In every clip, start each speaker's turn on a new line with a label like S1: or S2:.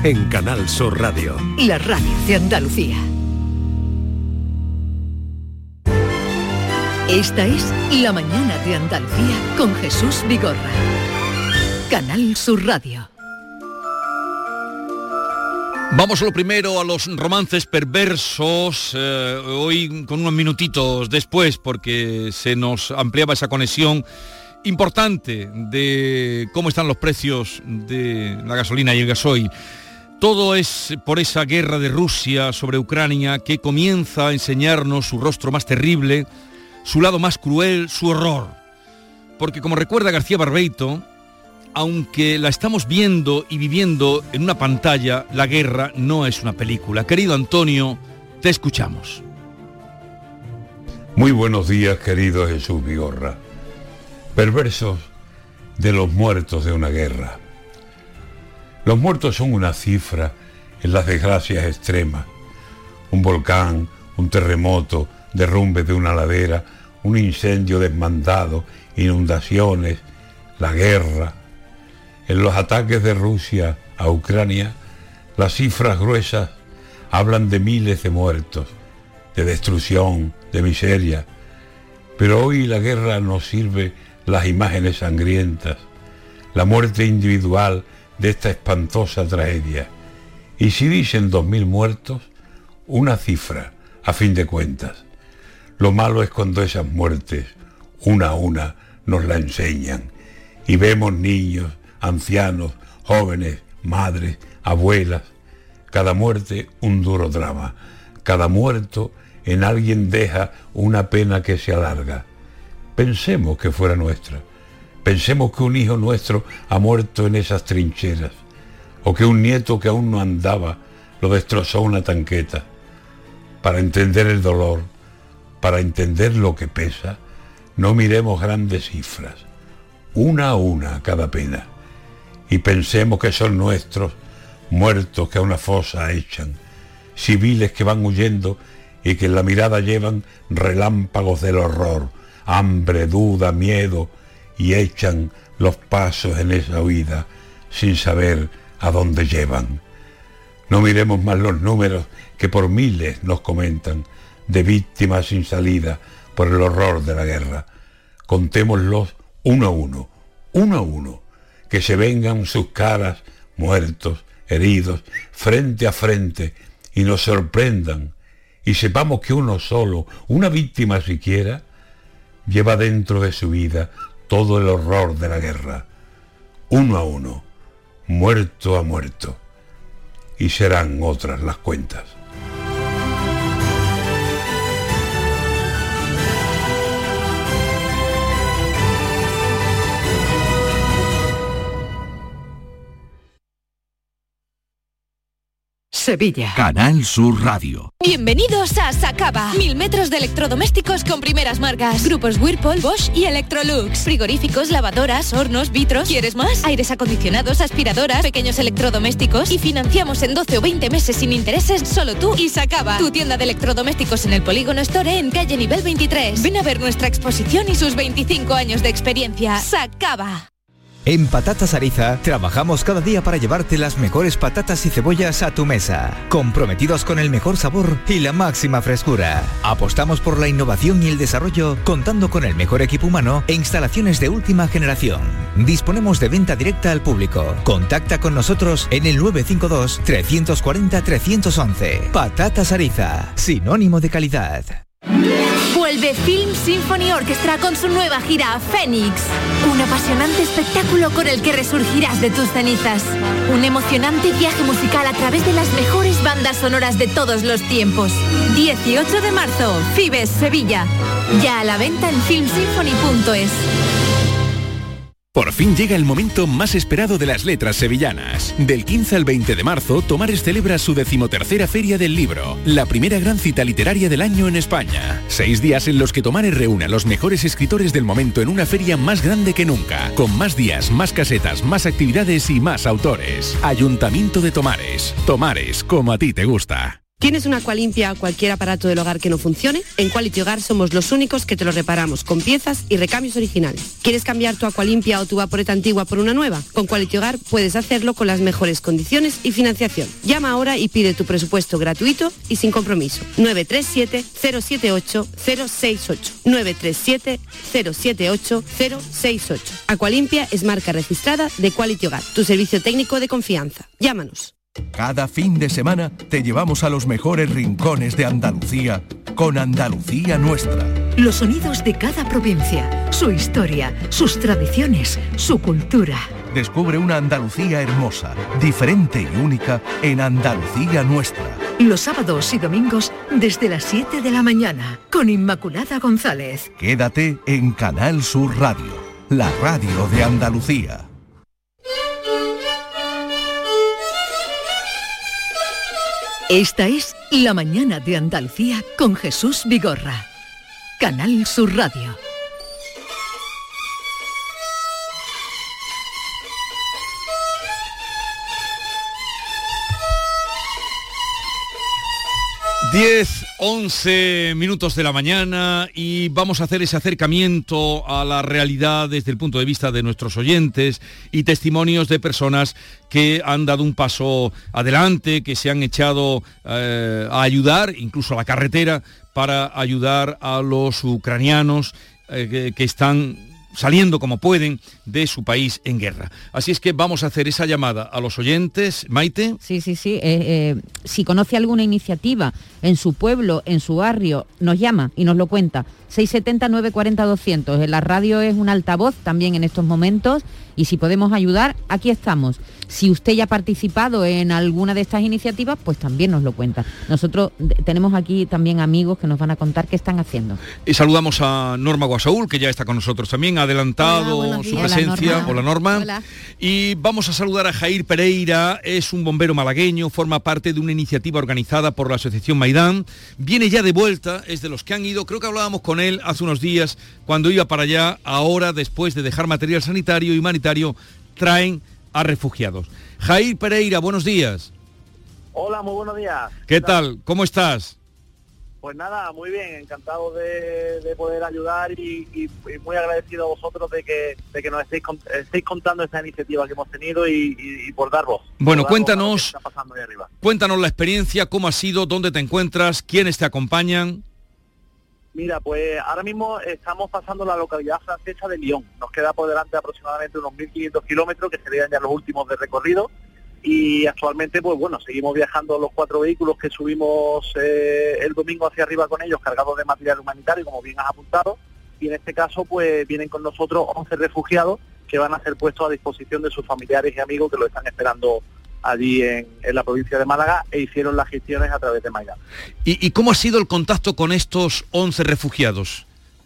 S1: en Canal Sur Radio.
S2: La radio de Andalucía. Esta es La mañana de Andalucía con Jesús Vigorra. Canal Sur Radio.
S3: Vamos a lo primero, a los romances perversos, hoy con unos minutitos después, porque se nos ampliaba esa conexión importante de cómo están los precios de la gasolina y el gasoil. Todo es por esa guerra de Rusia sobre Ucrania que comienza a enseñarnos su rostro más terrible, su lado más cruel, su horror. Porque como recuerda García Barbeito, aunque la estamos viendo y viviendo en una pantalla, la guerra no es una película. Querido Antonio, te escuchamos.
S4: Muy buenos días, querido Jesús Vigorra. Perversos de los muertos de una guerra. Los muertos son una cifra en las desgracias extremas. Un volcán, un terremoto, derrumbes de una ladera, un incendio desmandado, inundaciones, la guerra. En los ataques de Rusia a Ucrania, las cifras gruesas hablan de miles de muertos, de destrucción, de miseria. Pero hoy la guerra nos sirve las imágenes sangrientas, la muerte individual de esta espantosa tragedia. Y si dicen 2000 muertos, una cifra, a fin de cuentas. Lo malo es cuando esas muertes, una a una, nos la enseñan. Y vemos niños, ancianos, jóvenes, madres, abuelas. Cada muerte un duro drama. Cada muerto en alguien deja una pena que se alarga. Pensemos que fuera nuestra. Pensemos que un hijo nuestro ha muerto en esas trincheras. O que un nieto que aún no andaba lo destrozó una tanqueta. Para entender el dolor, para entender lo que pesa, no miremos grandes cifras. Una a una cada pena. Y pensemos que son nuestros, muertos que a una fosa echan, civiles que van huyendo y que en la mirada llevan relámpagos del horror, hambre, duda, miedo, y echan los pasos en esa huida sin saber a dónde llevan. No miremos más los números que por miles nos comentan, de víctimas sin salida por el horror de la guerra. Contémoslos uno a uno, que se vengan sus caras, muertos, heridos, frente a frente, y nos sorprendan, y sepamos que uno solo, una víctima siquiera, lleva dentro de su vida todo el horror de la guerra. Uno a uno, muerto a muerto, y serán otras las cuentas.
S2: Sevilla.
S1: Canal Sur Radio.
S5: Bienvenidos a Sacaba. 1000 metros de electrodomésticos con primeras marcas. Grupos Whirlpool, Bosch y Electrolux. Frigoríficos, lavadoras, hornos, vitros. ¿Quieres más? Aires acondicionados, aspiradoras, pequeños electrodomésticos. Y financiamos en 12 o 20 meses sin intereses. Solo tú y Sacaba. Tu tienda de electrodomésticos en el Polígono Store en calle nivel 23. Ven a ver nuestra exposición y sus 25 años de experiencia. Sacaba.
S6: En Patatas Ariza trabajamos cada día para llevarte las mejores patatas y cebollas a tu mesa, comprometidos con el mejor sabor y la máxima frescura. Apostamos por la innovación y el desarrollo, contando con el mejor equipo humano e instalaciones de última generación. Disponemos de venta directa al público. Contacta con nosotros en el 952 340 311. Patatas Ariza, sinónimo de calidad.
S5: Vuelve Film Symphony Orchestra con su nueva gira Fénix. Un apasionante espectáculo con el que resurgirás de tus cenizas. Un emocionante viaje musical a través de las mejores bandas sonoras de todos los tiempos. 18 de marzo, Fibes, Sevilla. Ya a la venta en filmsymphony.es.
S1: Por fin llega el momento más esperado de las letras sevillanas. Del 15 al 20 de marzo, Tomares celebra su 13ª Feria del Libro, la primera gran cita literaria del año en España. 6 días en los que Tomares reúne a los mejores escritores del momento en una feria más grande que nunca, con más días, más casetas, más actividades y más autores. Ayuntamiento de Tomares. Tomares, como a ti te gusta.
S7: ¿Tienes una Aqualimpia o cualquier aparato del hogar que no funcione? En Quality Hogar somos los únicos que te lo reparamos con piezas y recambios originales. ¿Quieres cambiar tu Aqualimpia o tu vaporeta antigua por una nueva? Con Quality Hogar puedes hacerlo con las mejores condiciones y financiación. Llama ahora y pide tu presupuesto gratuito y sin compromiso. 937-078-068. 937-078-068. Aqualimpia es marca registrada de Quality Hogar, tu servicio técnico de confianza. Llámanos.
S8: Cada fin de semana te llevamos a los mejores rincones de Andalucía con Andalucía Nuestra.
S2: Los sonidos de cada provincia, su historia, sus tradiciones, su cultura.
S8: Descubre una Andalucía hermosa, diferente y única en Andalucía Nuestra.
S2: Los sábados y domingos desde las 7 de la mañana con Inmaculada González.
S8: Quédate en Canal Sur Radio, la radio de Andalucía.
S2: Esta es La Mañana de Andalucía con Jesús Vigorra. Canal Sur Radio.
S3: Diez, 11 minutos de la mañana y vamos a hacer ese acercamiento a la realidad desde el punto de vista de nuestros oyentes y testimonios de personas que han dado un paso adelante, que se han echado a ayudar, incluso a la carretera, para ayudar a los ucranianos que están saliendo como pueden de su país en guerra. Así es que vamos a hacer esa llamada a los oyentes. Maite.
S9: Sí. Si conoce alguna iniciativa en su pueblo, en su barrio, nos llama y nos lo cuenta. 670-940-200. La radio es un altavoz también en estos momentos y si podemos ayudar, aquí estamos. Si usted ya ha participado en alguna de estas iniciativas, pues también nos lo cuenta. Nosotros tenemos aquí también amigos que nos van a contar qué están haciendo.
S3: Y saludamos a Norma Guasaúl, que ya está con nosotros también, ha adelantado su presencia. Hola, Norma.
S9: Hola.
S3: Y vamos a saludar a Jair Pereira, es un bombero malagueño, forma parte de una iniciativa organizada por la Asociación Maidán, viene ya de vuelta, es de los que han ido, creo que hablábamos con él hace unos días, cuando iba para allá, ahora después de dejar material sanitario y humanitario, traen a refugiados. Jair Pereira, buenos días.
S10: Hola, muy buenos días.
S3: ¿Qué tal? ¿Cómo estás?
S10: Pues nada, muy bien, encantado de poder ayudar y muy agradecido a vosotros de que nos estéis contando esta iniciativa que hemos tenido y por dar voz.
S3: Bueno,
S10: por dar
S3: cuéntanos,
S10: voz a lo que está pasando ahí arriba.
S3: Cuéntanos la experiencia, cómo ha sido, dónde te encuentras, quiénes te acompañan.
S10: Mira, pues ahora mismo estamos pasando la localidad francesa de Lyon. Nos queda por delante aproximadamente unos 1.500 kilómetros, que serían ya los últimos de recorrido. Y actualmente, pues bueno, seguimos viajando los 4 vehículos que subimos el domingo hacia arriba con ellos, cargados de material humanitario, como bien has apuntado. Y en este caso, pues vienen con nosotros 11 refugiados que van a ser puestos a disposición de sus familiares y amigos que lo están esperando allí en la provincia de Málaga e hicieron las gestiones a través de Maidán.
S3: ¿Y cómo ha sido el contacto con estos 11 refugiados?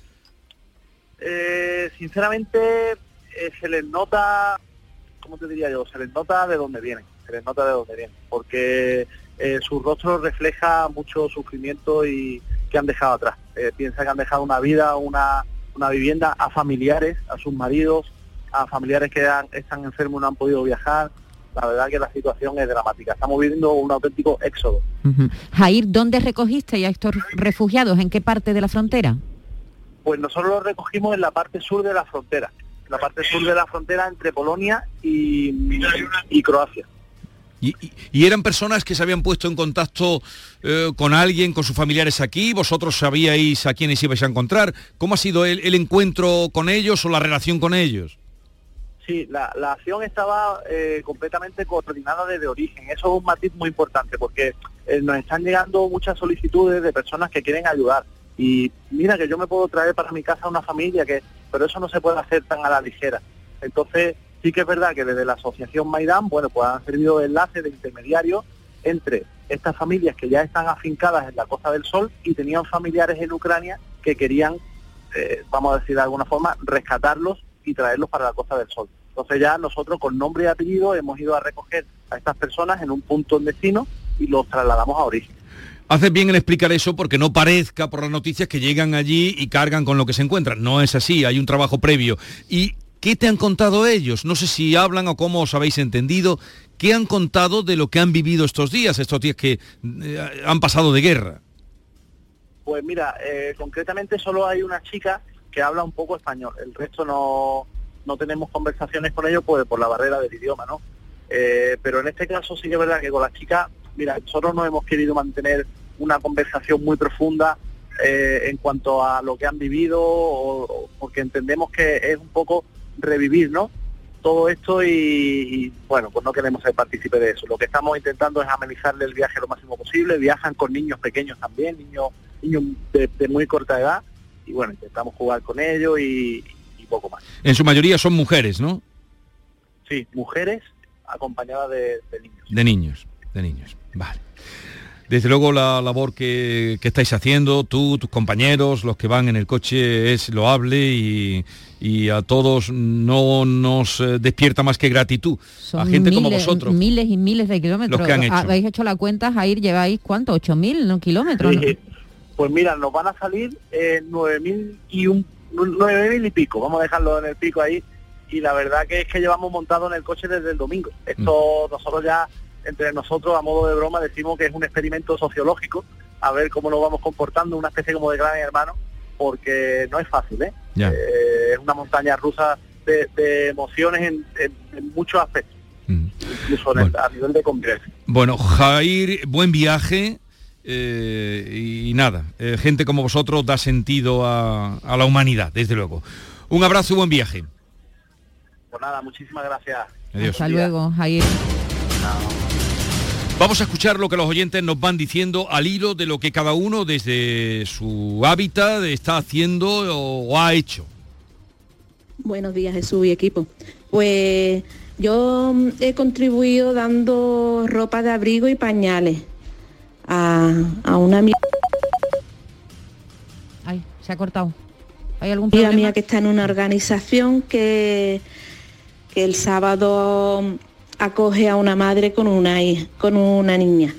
S10: Sinceramente, se les nota, ¿cómo te diría yo? Se les nota de dónde vienen, porque su rostro refleja mucho sufrimiento y que han dejado atrás. Piensa que han dejado una vida, una vivienda a familiares, a sus maridos, a familiares que están enfermos y no han podido viajar. La verdad que la situación es dramática. Estamos viviendo un auténtico éxodo.
S9: Uh-huh. Jair, ¿dónde recogiste a estos refugiados? ¿En qué parte de la frontera?
S10: Pues nosotros los recogimos en la parte sur de la frontera. Entre Polonia y Croacia.
S3: ¿Y eran personas que se habían puesto en contacto con alguien, con sus familiares aquí? ¿Vosotros sabíais a quiénes ibais a encontrar? ¿Cómo ha sido el encuentro con ellos o la relación con ellos?
S10: Sí, la acción estaba completamente coordinada desde origen. Eso es un matiz muy importante porque nos están llegando muchas solicitudes de personas que quieren ayudar. Y mira que yo me puedo traer para mi casa una familia, pero eso no se puede hacer tan a la ligera. Entonces sí que es verdad que desde la Asociación Maidán, bueno, pues han servido de enlace de intermediario entre estas familias que ya están afincadas en la Costa del Sol y tenían familiares en Ucrania que querían, vamos a decir de alguna forma, rescatarlos y traerlos para la Costa del Sol. Entonces ya nosotros con nombre y apellido hemos ido a recoger a estas personas en un punto en destino y los trasladamos a origen.
S3: Haces bien en explicar eso porque no parezca por las noticias que llegan allí y cargan con lo que se encuentran. No es así, hay un trabajo previo. Y ¿Qué te han contado ellos? No sé si hablan o cómo os habéis entendido. ¿Qué han contado de lo que han vivido estos días que han pasado de guerra?
S10: Pues mira, concretamente solo hay una chica que habla un poco español. El resto no tenemos conversaciones con ellos pues, por la barrera del idioma, ¿no? Pero en este caso sí que es verdad que con la chica, mira, nosotros no hemos querido mantener una conversación muy profunda en cuanto a lo que han vivido, porque entendemos que es un poco revivir, ¿no?, todo esto y bueno, pues no queremos ser partícipes de eso. Lo que estamos intentando es amenizarle el viaje lo máximo posible. Viajan con niños pequeños también, niños de muy corta edad, y bueno, intentamos jugar con ellos y poco más.
S3: En su mayoría son mujeres, ¿no?
S10: Sí, mujeres acompañadas de niños.
S3: De niños, vale. Desde luego la labor que estáis haciendo, tú, tus compañeros, los que van en el coche, es loable y a todos no nos despierta más que gratitud.
S9: Son
S3: a gente como vosotros.
S9: Miles y miles de kilómetros.
S3: Los que han hecho.
S9: ¿Habéis hecho la cuenta, Jair? ¿Lleváis cuánto? ¿8.000 kilómetros?
S10: Sí. Pues mira, nos van a salir 9.000 y pico. Vamos a dejarlo en el pico ahí. Y la verdad que es que llevamos montado en el coche desde el domingo. Esto nosotros ya, entre nosotros, a modo de broma, decimos que es un experimento sociológico, a ver cómo nos vamos comportando, una especie como de gran hermano, porque no es fácil, ¿eh? Es una montaña rusa de emociones en muchos aspectos, incluso a nivel de convivencia.
S3: Bueno, Jair, buen viaje. Y nada, gente como vosotros da sentido a la humanidad, desde luego. Un abrazo y buen viaje.
S10: Pues nada, muchísimas gracias.
S3: Adiós.
S9: Hasta luego, Jair.
S3: Vamos a escuchar lo que los oyentes nos van diciendo al hilo de lo que cada uno desde su hábitat está haciendo o ha hecho.
S11: Buenos días, Jesús y equipo. Pues yo he contribuido dando ropa de abrigo y pañales a una amiga.
S9: Ay, se ha cortado. ¿Hay algún problema?
S11: Amiga mía que está en una organización que el sábado acoge a una madre con una niña.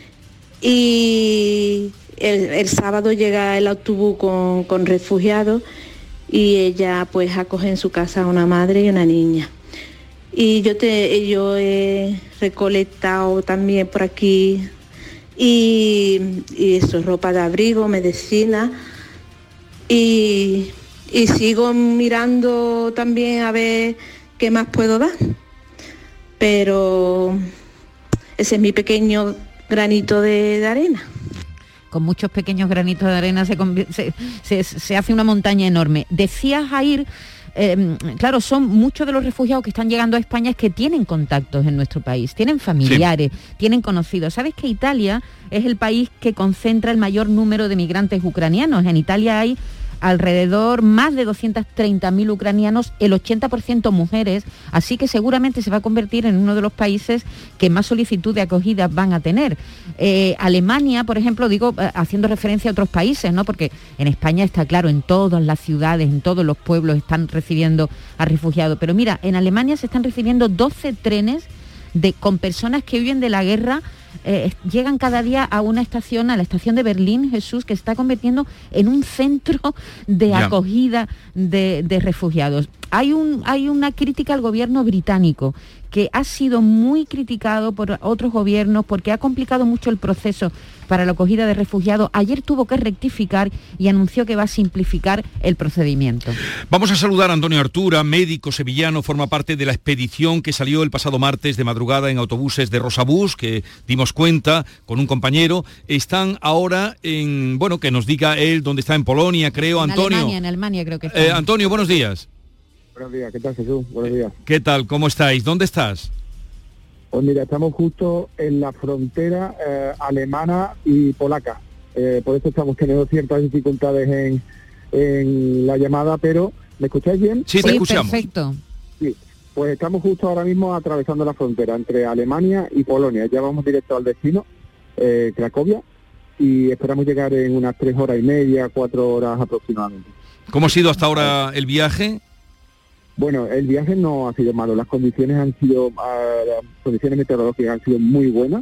S11: Y el sábado llega el autobús con refugiados y ella pues acoge en su casa a una madre y una niña. Y yo he recolectado también por aquí y eso, ropa de abrigo, medicina, y sigo mirando también a ver qué más puedo dar. Pero ese es mi pequeño granito de arena.
S9: Con muchos pequeños granitos de arena se hace una montaña enorme. Decía Jair, claro, son muchos de los refugiados que están llegando a España es que tienen contactos en nuestro país, tienen familiares, tienen conocidos. ¿Sabes que Italia es el país que concentra el mayor número de migrantes ucranianos? En Italia hay alrededor más de 230.000 ucranianos, el 80% mujeres, así que seguramente se va a convertir en uno de los países que más solicitud de acogida van a tener. Alemania, por ejemplo, digo, haciendo referencia a otros países, ¿no? Porque en España está claro, en todas las ciudades, en todos los pueblos están recibiendo a refugiados, pero mira, en Alemania se están recibiendo 12 trenes con personas que huyen de la guerra. Llegan cada día a una estación, a la estación de Berlín, Jesús, que se está convirtiendo en un centro de acogida de refugiados. Hay una crítica al gobierno británico, que ha sido muy criticado por otros gobiernos porque ha complicado mucho el proceso para la acogida de refugiados. Ayer tuvo que rectificar y anunció que va a simplificar el procedimiento.
S3: Vamos a saludar a Antonio Artura, médico sevillano, forma parte de la expedición que salió el pasado martes de madrugada en autobuses de Rosabús, que dimos cuenta con un compañero. Están ahora en, bueno, que nos diga él dónde está, en Polonia, creo. Antonio.
S9: En Alemania creo que está.
S3: Antonio, buenos días.
S12: Buenos días, ¿qué tal, Jesús? Buenos días.
S3: ¿Qué tal? ¿Cómo estáis? ¿Dónde estás?
S12: Pues mira, estamos justo en la frontera alemana y polaca. Por eso estamos teniendo ciertas dificultades en la llamada, pero ¿me escucháis bien?
S3: Sí, te escuchamos.
S9: Perfecto.
S12: Sí, pues estamos justo ahora mismo atravesando la frontera entre Alemania y Polonia. Ya vamos directo al destino, Cracovia, y esperamos llegar en unas 3 horas y media, 4 horas aproximadamente.
S3: ¿Cómo ha sido hasta ahora el viaje?
S12: Bueno, el viaje no ha sido malo, las condiciones meteorológicas han sido muy buenas,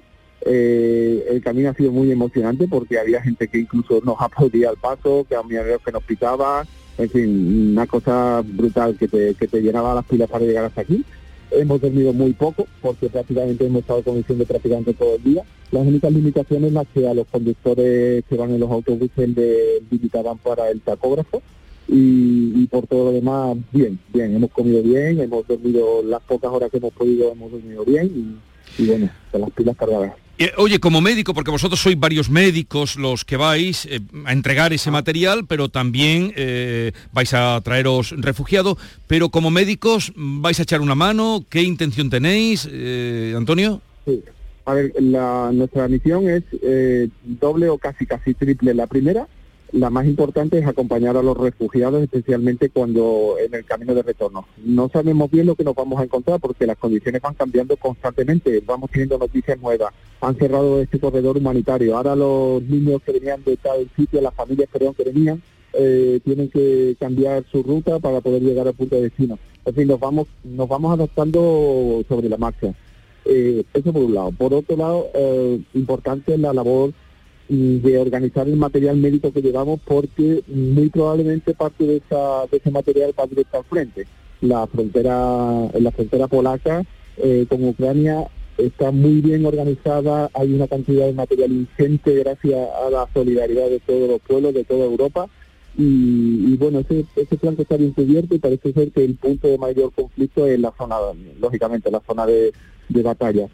S12: el camino ha sido muy emocionante porque había gente que incluso nos aplaudía al paso, que camioneros que nos pitaban, En fin, una cosa brutal que te llenaba las pilas para llegar hasta aquí. Hemos dormido muy poco, porque prácticamente hemos estado conduciendo prácticamente todo el día. Las únicas limitaciones las que a los conductores que van en los autobuses les limitaban para el tacógrafo, y por todo lo demás, bien, hemos comido bien, hemos dormido las pocas horas que hemos podido, hemos dormido bien, y bueno, con las pilas cargadas.
S3: Oye, como médico, porque vosotros sois varios médicos los que vais a entregar ese material, pero también vais a traeros refugiados, pero como médicos vais a echar una mano. ¿Qué intención tenéis, Antonio?
S12: Sí. A ver, nuestra misión es doble o casi triple. La primera, la más importante, es acompañar a los refugiados, especialmente cuando en el camino de retorno. No sabemos bien lo que nos vamos a encontrar porque las condiciones van cambiando constantemente, vamos teniendo noticias nuevas. Han cerrado este corredor humanitario, ahora los niños que venían de tal sitio, las familias que venían, tienen que cambiar su ruta para poder llegar al punto de destino. En fin, nos vamos adaptando sobre la marcha. Eso por un lado. Por otro lado, importante es la labor de organizar el material médico que llevamos, porque muy probablemente parte de ese material va directo al frente. La frontera polaca con Ucrania está muy bien organizada, hay una cantidad de material ingente gracias a la solidaridad de todos los pueblos, de toda Europa, y bueno, ese plan está bien cubierto, y parece ser que el punto de mayor conflicto es la zona, lógicamente, la zona de batalla.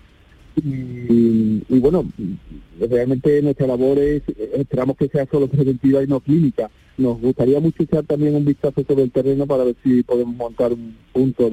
S12: Y bueno, realmente nuestra labor esperamos que sea solo preventiva y no clínica. Nos gustaría mucho echar también un vistazo sobre el terreno para ver si podemos montar un punto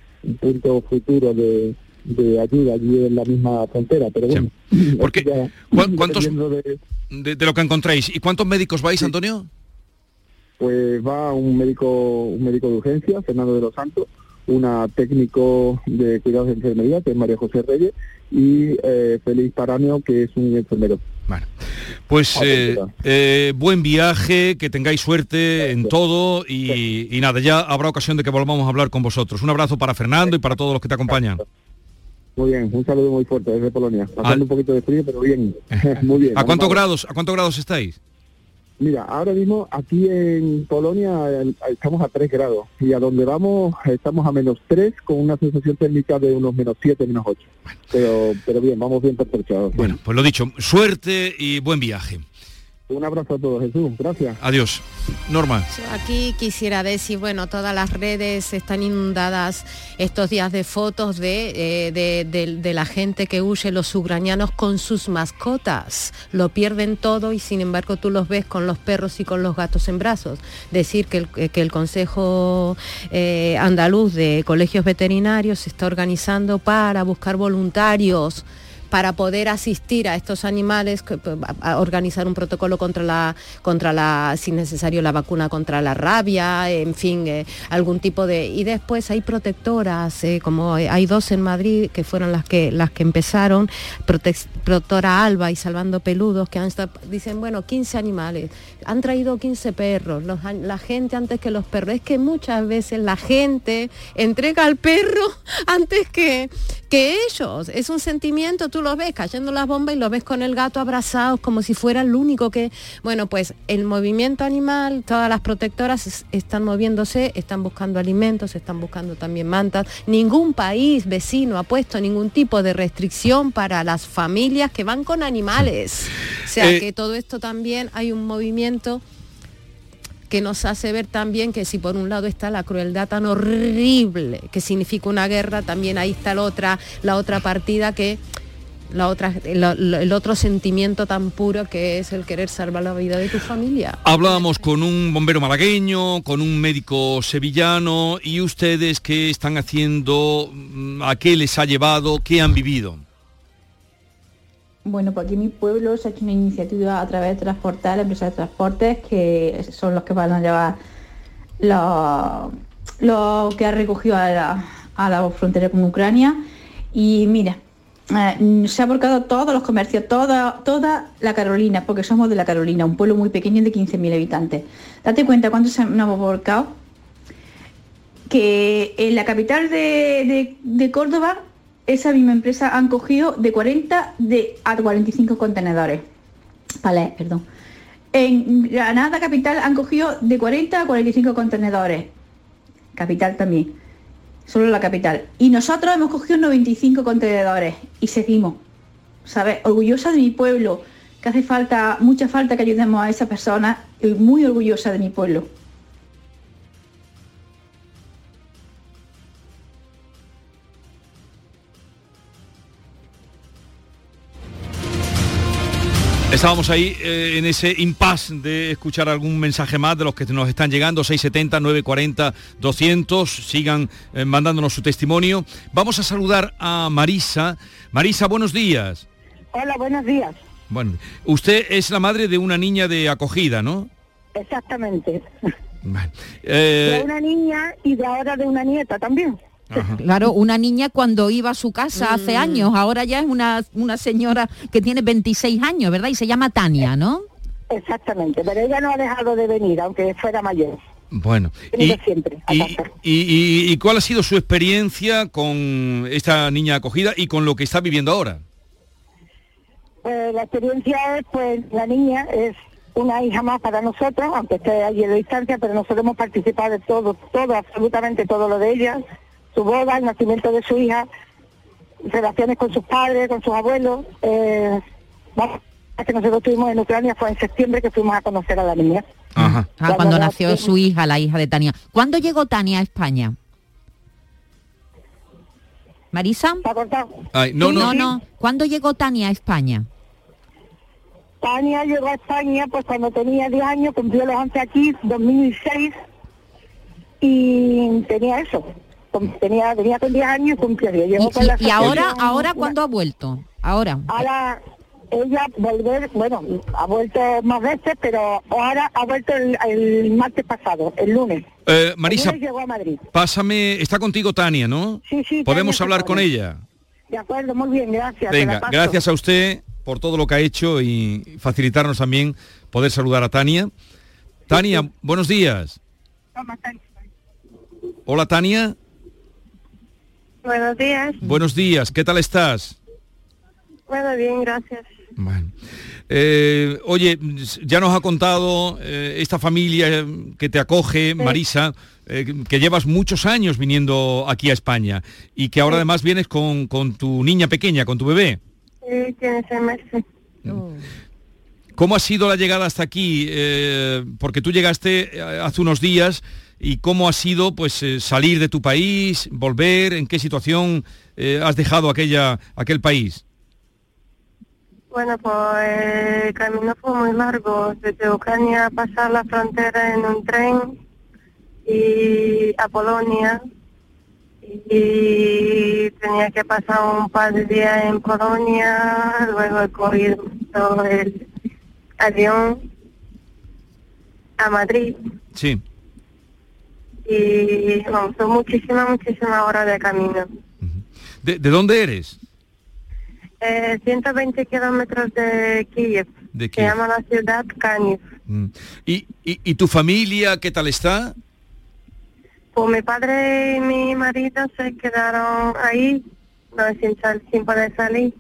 S12: futuro de ayuda allí en la misma frontera, pero bueno.
S3: Sí. Porque, ¿cuántos de lo que encontráis? ¿Y cuántos médicos vais, Antonio?
S12: Pues va un médico de urgencia, Fernando de los Santos, una técnico de cuidados de enfermería, que es María José Reyes, y Félix Paranio, que es un enfermero.
S3: Bueno, pues buen viaje, que tengáis suerte en todo, y nada, ya habrá ocasión de que volvamos a hablar con vosotros. Un abrazo para Fernando y para todos los que te acompañan.
S12: Muy bien, un saludo muy fuerte desde Polonia. Pasando un poquito de frío, pero bien, muy bien.
S3: ¿A cuántos grados estáis?
S12: Mira, ahora mismo aquí en Polonia estamos a 3 grados y a donde vamos estamos a -3 con una sensación térmica de unos -7, -8. Pero bien, vamos bien pertrechados.
S3: Bueno, pues lo dicho, suerte y buen viaje.
S12: Un abrazo a todos, Jesús, gracias.
S3: Adiós. Norma.
S13: Yo aquí quisiera decir, bueno, todas las redes están inundadas estos días de fotos de la gente que huye, los ucranianos con sus mascotas. Lo pierden todo y sin embargo tú los ves con los perros y con los gatos en brazos. Decir que el Consejo Andaluz de Colegios Veterinarios se está organizando para buscar voluntarios para poder asistir a estos animales, a organizar un protocolo contra la, si necesario, la vacuna contra la rabia, en fin, algún tipo de... Y después hay protectoras, como hay 2 en Madrid, que fueron las que empezaron, Protectora Alba y Salvando Peludos, que dicen, bueno, 15 animales, han traído 15 perros, la gente antes que los perros. Es que muchas veces la gente entrega al perro antes que ellos. Es un sentimiento, tú los ves cayendo las bombas y los ves con el gato abrazados como si fuera el único que... Bueno, pues el movimiento animal, todas las protectoras están moviéndose, están buscando alimentos, están buscando también mantas. Ningún país vecino ha puesto ningún tipo de restricción para las familias que van con animales. O sea, que todo esto también hay un movimiento que nos hace ver también que si por un lado está la crueldad tan horrible que significa una guerra, también ahí está la otra partida, que el otro sentimiento tan puro que es el querer salvar la vida de tu familia.
S3: Hablábamos con un bombero malagueño, con un médico sevillano, y ustedes, ¿qué están haciendo? ¿A qué les ha llevado? ¿Qué han vivido?
S14: Bueno, pues aquí en mi pueblo se ha hecho una iniciativa a través de Transportar, la empresa de transportes, que son los que van a llevar lo que ha recogido a la frontera con Ucrania. Y mira, se ha volcado todos los comercios, toda la Carolina, porque somos de la Carolina, un pueblo muy pequeño de 15.000 habitantes. Date cuenta cuánto nos hemos volcado, que en la capital de Córdoba, esa misma empresa han cogido de 40 a 45 contenedores. Vale, perdón. En Granada capital han cogido de 40 a 45 contenedores. Capital también. Solo la capital. Y nosotros hemos cogido 95 contenedores y seguimos. ¿Sabes? Orgullosa de mi pueblo, que hace mucha falta que ayudemos a esa persona, y muy orgullosa de mi pueblo.
S3: Estábamos ahí en ese impasse de escuchar algún mensaje más de los que nos están llegando, 670, 940, 200, sigan mandándonos su testimonio. Vamos a saludar a Marisa. Marisa, buenos días.
S15: Hola, buenos días.
S3: Bueno, usted es la madre de una niña de acogida, ¿no?
S15: Exactamente.
S3: Bueno,
S15: de una niña y de ahora de una nieta también.
S3: Ajá.
S9: Claro, una niña cuando iba a su casa hace años, ahora ya es una señora que tiene 26 años, ¿verdad? Y se llama Tania, ¿no?
S15: Exactamente, pero ella no ha dejado de venir, aunque fuera mayor.
S3: Bueno, y ¿cuál ha sido su experiencia con esta niña acogida y con lo que está viviendo ahora?
S15: La experiencia es, pues, la niña es una hija más para nosotros, aunque esté allí a distancia, pero nosotros hemos participado de todo, absolutamente todo lo de ella. Su boda, el nacimiento de su hija, relaciones con sus padres, con sus abuelos. Que nosotros estuvimos en Ucrania fue en septiembre que fuimos a conocer a la niña.
S9: Ajá. Cuando nació su hija, la hija de Tania. ¿Cuándo llegó Tania a España? ¿Marisa?
S15: ¿Se ha cortado?
S3: Ay,
S9: no. ¿Cuándo llegó Tania a España?
S15: Tania llegó a España pues cuando tenía 10 años, cumplió los 11 aquí, 2006, y tenía eso. Venía con 10 años y cumplió 10.
S9: ¿Y ahora cuándo ha vuelto? Ahora
S15: ella ha vuelto más veces, pero ahora ha vuelto el martes pasado, el lunes.
S3: Marisa,
S15: el lunes llegó a Madrid.
S3: Pásame, está contigo Tania, ¿no?
S15: Sí.
S3: ¿Podemos hablar con ella?
S15: De acuerdo, muy bien, gracias.
S3: Venga, gracias a usted por todo lo que ha hecho y facilitarnos también poder saludar a Tania. Tania, buenos días. Hola, Tania.
S16: Buenos días.
S3: Buenos días, ¿qué tal estás?
S16: Bueno, bien, gracias.
S3: Bueno. Oye, ya nos ha contado esta familia que te acoge, sí. Marisa, que llevas muchos años viniendo aquí a España y que ahora además vienes con tu niña pequeña, con tu bebé.
S16: Sí, tiene 6 meses.
S3: ¿Cómo ha sido la llegada hasta aquí? Porque tú llegaste hace unos días. ¿Y cómo ha sido pues salir de tu país, volver? ¿En qué situación has dejado aquel país?
S16: Bueno, pues el camino fue muy largo. Desde Ucrania a pasar la frontera en un tren y a Polonia. Y tenía que pasar un par de días en Polonia, luego he cogido el avión a Madrid.
S3: Sí.
S16: Y son muchísimas horas de camino.
S3: ¿De dónde eres?
S16: 120 kilómetros de Kiev. Se llama la ciudad Kaniv.
S3: ¿Y tu familia qué tal está?
S16: Pues mi padre y mi marido se quedaron ahí, sin poder salir.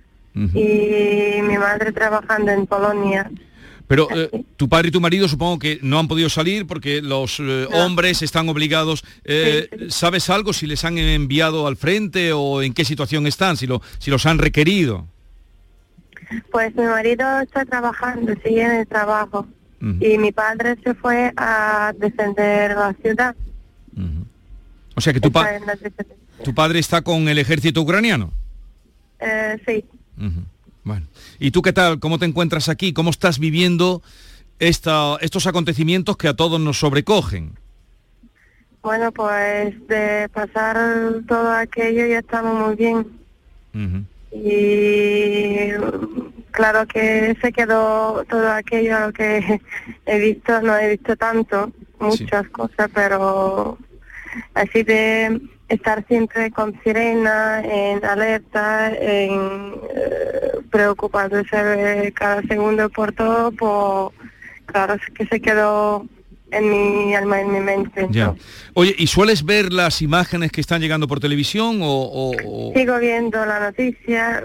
S16: Y mi madre trabajando en Polonia.
S3: Pero tu padre y tu marido supongo que no han podido salir porque los hombres están obligados. Sí. ¿Sabes algo si les han enviado al frente o en qué situación están, si los han requerido?
S16: Pues mi marido está trabajando, sigue en el trabajo. Y mi padre se fue a defender la ciudad.
S3: O sea que tu padre está con el ejército ucraniano.
S16: Sí.
S3: Bueno, ¿y tú qué tal? ¿Cómo te encuentras aquí? ¿Cómo estás viviendo estos acontecimientos que a todos nos sobrecogen?
S16: Bueno, pues de pasar todo aquello ya estamos muy bien. Y claro que se quedó todo aquello que he visto, no he visto tanto, muchas cosas, pero así de estar siempre con sirena, en alerta, preocupándose cada segundo por todo, pues claro que se quedó en mi alma, en mi mente.
S3: Ya. Oye, ¿y sueles ver las imágenes que están llegando por televisión o...?
S16: Sigo viendo la noticia,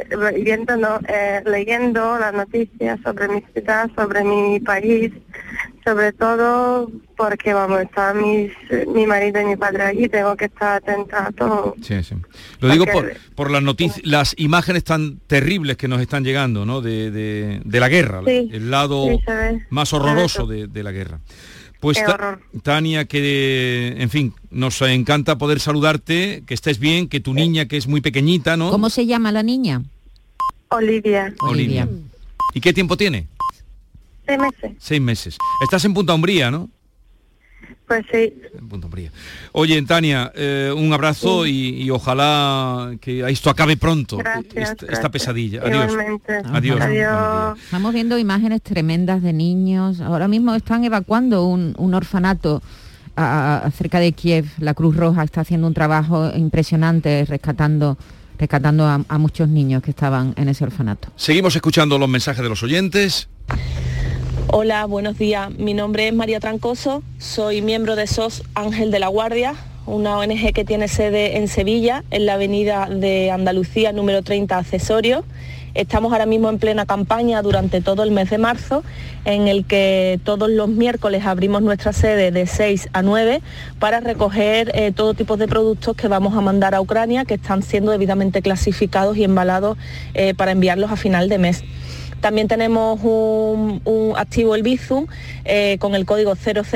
S16: leyendo las noticias sobre mi ciudad, sobre mi país, sobre todo porque está mi marido y mi padre allí, tengo que estar atenta a todo.
S3: Sí. Lo digo por las noticias, las imágenes tan terribles que nos están llegando, ¿no? De la guerra,
S16: sí,
S3: el lado más horroroso de la guerra. Pues Tania, que en fin, nos encanta poder saludarte, que estés bien, que tu niña, que es muy pequeñita, ¿no?
S9: ¿Cómo se llama la niña?
S16: Olivia.
S3: ¿Y qué tiempo tiene?
S16: 6 meses.
S3: 6 meses. Estás en Punta Umbría, ¿no?
S16: Pues sí.
S3: En Punta Umbría. Oye, Tania, un abrazo y ojalá que esto acabe pronto.
S16: Gracias,
S3: esta pesadilla. Adiós.
S16: Igualmente.
S3: Adiós.
S9: Estamos viendo imágenes tremendas de niños. Ahora mismo están evacuando un orfanato cerca de Kiev. La Cruz Roja está haciendo un trabajo impresionante rescatando a muchos niños que estaban en ese orfanato.
S3: Seguimos escuchando los mensajes de los oyentes.
S17: Hola, buenos días. Mi nombre es María Trancoso, soy miembro de SOS Ángel de la Guardia, una ONG que tiene sede en Sevilla, en la avenida de Andalucía número 30 Accesorio. Estamos ahora mismo en plena campaña durante todo el mes de marzo, en el que todos los miércoles abrimos nuestra sede de 6 a 9 para recoger todo tipo de productos que vamos a mandar a Ucrania, que están siendo debidamente clasificados y embalados para enviarlos a final de mes. También tenemos un activo el Bizum con el código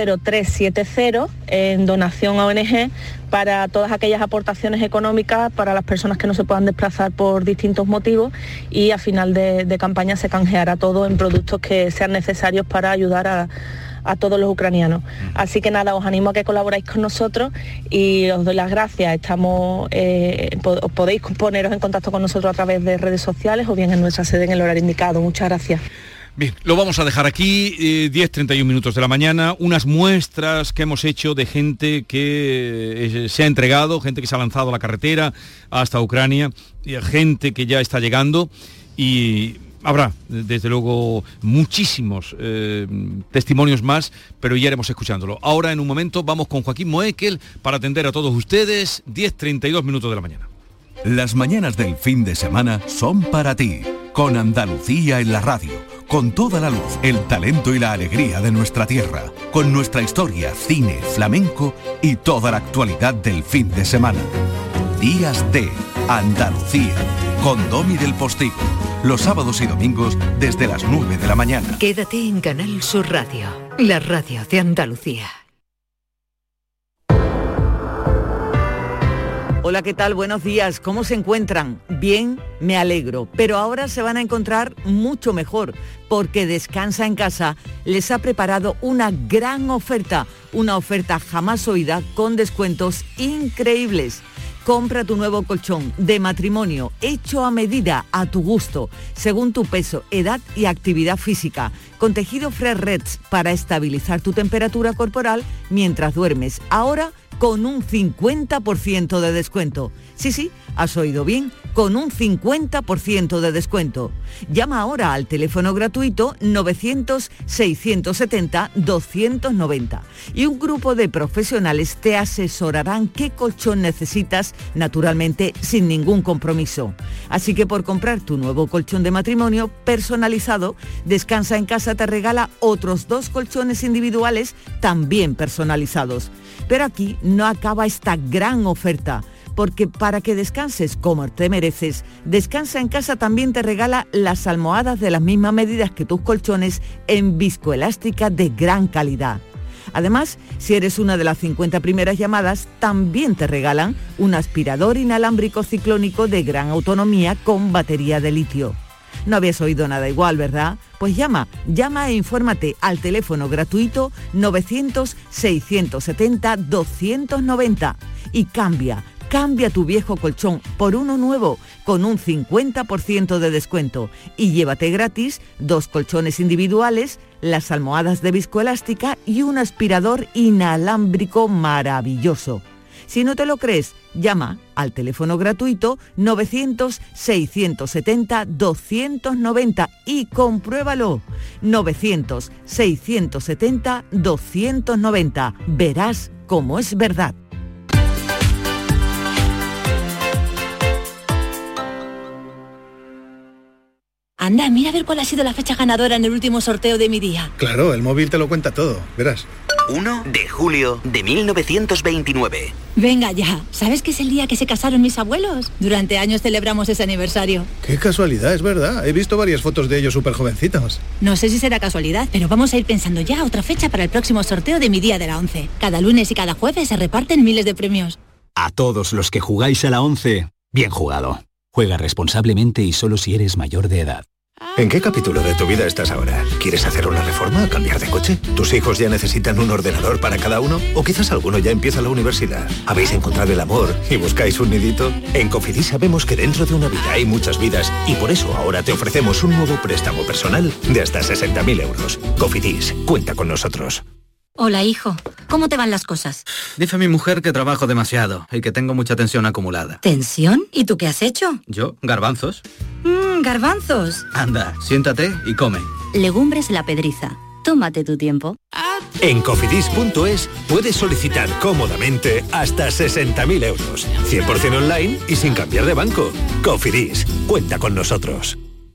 S17: 00370 en donación a ONG para todas aquellas aportaciones económicas para las personas que no se puedan desplazar por distintos motivos, y a final de campaña se canjeará todo en productos que sean necesarios para ayudar a todos los ucranianos. Así que nada, os animo a que colaboráis con nosotros y os doy las gracias. Podéis poneros en contacto con nosotros a través de redes sociales o bien en nuestra sede en el horario indicado. Muchas gracias.
S3: Bien, lo vamos a dejar aquí, 10:31 minutos de la mañana, unas muestras que hemos hecho de gente que se ha entregado, gente que se ha lanzado a la carretera hasta Ucrania, gente que ya está llegando, y habrá, desde luego, muchísimos testimonios más, pero ya iremos escuchándolo. Ahora, en un momento, vamos con Joaquín Moekel para atender a todos ustedes, 10:32 minutos de la mañana.
S8: Las mañanas del fin de semana son para ti, con Andalucía en la radio, con toda la luz, el talento y la alegría de nuestra tierra, con nuestra historia, cine, flamenco y toda la actualidad del fin de semana. Días de Andalucía, con Domi del Postigo, los sábados y domingos desde las 9 de la mañana.
S2: Quédate en Canal Sur Radio, la radio de Andalucía.
S18: Hola, ¿qué tal? Buenos días. ¿Cómo se encuentran? Bien, me alegro. Pero ahora se van a encontrar mucho mejor, porque Descansa en Casa les ha preparado una gran oferta, una oferta jamás oída con descuentos increíbles. Compra tu nuevo colchón de matrimonio hecho a medida, a tu gusto, según tu peso, edad y actividad física, con tejido Fresh Reds para estabilizar tu temperatura corporal mientras duermes. Ahora con un 50% de descuento. Sí, has oído bien, con un 50% de descuento. Llama ahora al teléfono gratuito 900-670-290 y un grupo de profesionales te asesorarán qué colchón necesitas, naturalmente sin ningún compromiso. Así que por comprar tu nuevo colchón de matrimonio personalizado, Descansa en Casa te regala otros 2 colchones individuales también personalizados. Pero aquí no acaba esta gran oferta, porque para que descanses como te mereces, Descansa en Casa también te regala las almohadas de las mismas medidas que tus colchones en viscoelástica de gran calidad. Además, si eres una de las 50 primeras llamadas, también te regalan un aspirador inalámbrico ciclónico de gran autonomía con batería de litio. No habías oído nada igual, ¿verdad? Pues llama e infórmate al teléfono gratuito 900-670-290 y cambia tu viejo colchón por uno nuevo con un 50% de descuento y llévate gratis 2 colchones individuales, las almohadas de viscoelástica y un aspirador inalámbrico maravilloso. Si no te lo crees, llama al teléfono gratuito 900-670-290 y compruébalo. 900-670-290. Verás cómo es verdad.
S19: Anda, mira a ver cuál ha sido la fecha ganadora en el último sorteo de Mi Día.
S20: Claro, el móvil te lo cuenta todo, verás.
S21: 1 de julio de 1929.
S19: Venga ya, ¿sabes que es el día que se casaron mis abuelos? Durante años celebramos ese aniversario.
S20: Qué casualidad, es verdad. He visto varias fotos de ellos súper jovencitos.
S19: No sé si será casualidad, pero vamos a ir pensando ya otra fecha para el próximo sorteo de Mi Día de la 11. Cada lunes y cada jueves se reparten miles de premios.
S22: A todos los que jugáis a la 11, bien jugado. Juega responsablemente y solo si eres mayor de edad.
S23: ¿En qué capítulo de tu vida estás ahora? ¿Quieres hacer una reforma o cambiar de coche? ¿Tus hijos ya necesitan un ordenador para cada uno? ¿O quizás alguno ya empieza la universidad? ¿Habéis encontrado el amor y buscáis un nidito? En Cofidis sabemos que dentro de una vida hay muchas vidas y por eso ahora te ofrecemos un nuevo préstamo personal de hasta 60.000 euros. Cofidis, cuenta con nosotros.
S19: Hola, hijo. ¿Cómo te van las cosas?
S24: Dice mi mujer que trabajo demasiado y que tengo mucha tensión acumulada.
S19: ¿Tensión? ¿Y tú qué has hecho?
S24: ¿Yo? Garbanzos.
S19: Garbanzos.
S24: Anda, siéntate y come.
S19: Legumbres La Pedriza. Tómate tu tiempo.
S23: En cofidis.es puedes solicitar cómodamente hasta 60.000 euros. 100% online y sin cambiar de banco. Cofidis, cuenta con nosotros.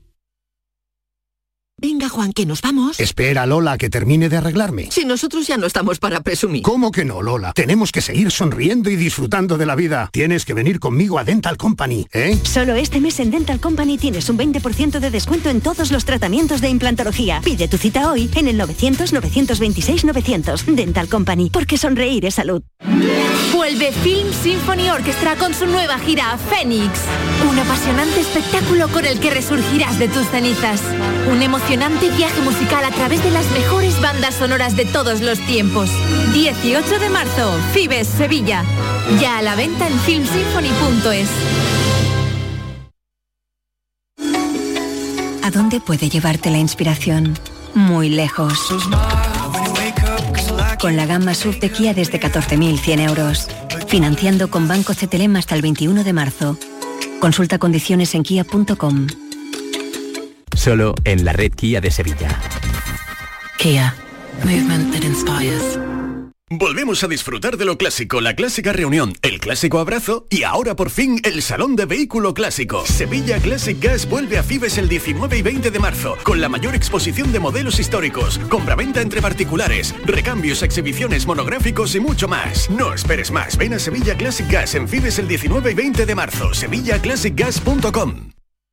S25: Venga, Juan, que nos vamos.
S26: Espera, Lola, que termine de arreglarme.
S25: Si nosotros ya no estamos para presumir.
S26: ¿Cómo que no, Lola? Tenemos que seguir sonriendo y disfrutando de la vida. Tienes que venir conmigo a Dental Company, ¿eh?
S27: Solo este mes en Dental Company tienes un 20% de descuento en todos los tratamientos de implantología. Pide tu cita hoy en el 900-926-900. Dental Company, porque sonreír es salud.
S5: Vuelve Film Symphony Orchestra con su nueva gira Fénix. Un apasionante espectáculo con el que resurgirás de tus cenizas. Un emocionante viaje musical a través de las mejores bandas sonoras de todos los tiempos. 18 de marzo, Fibes, Sevilla. Ya a la venta en filmsymphony.es.
S27: ¿A dónde puede llevarte la inspiración? Muy lejos. Con la gama SUV de Kia desde 14.100 euros. Financiando con Banco CTLM hasta el 21 de marzo. Consulta condiciones en kia.com.
S28: Solo en la red Kia de Sevilla.
S27: Kia. Movement that inspires.
S29: Volvemos a disfrutar de lo clásico, la clásica reunión, el clásico abrazo y ahora por fin el Salón de Vehículo Clásico. Sevilla Classic Gas vuelve a Fibes el 19 y 20 de marzo con la mayor exposición de modelos históricos, compraventa entre particulares, recambios, exhibiciones, monográficos y mucho más. No esperes más, ven a Sevilla Classic Gas en Fibes el 19 y 20 de marzo, sevillaclassicgas.com.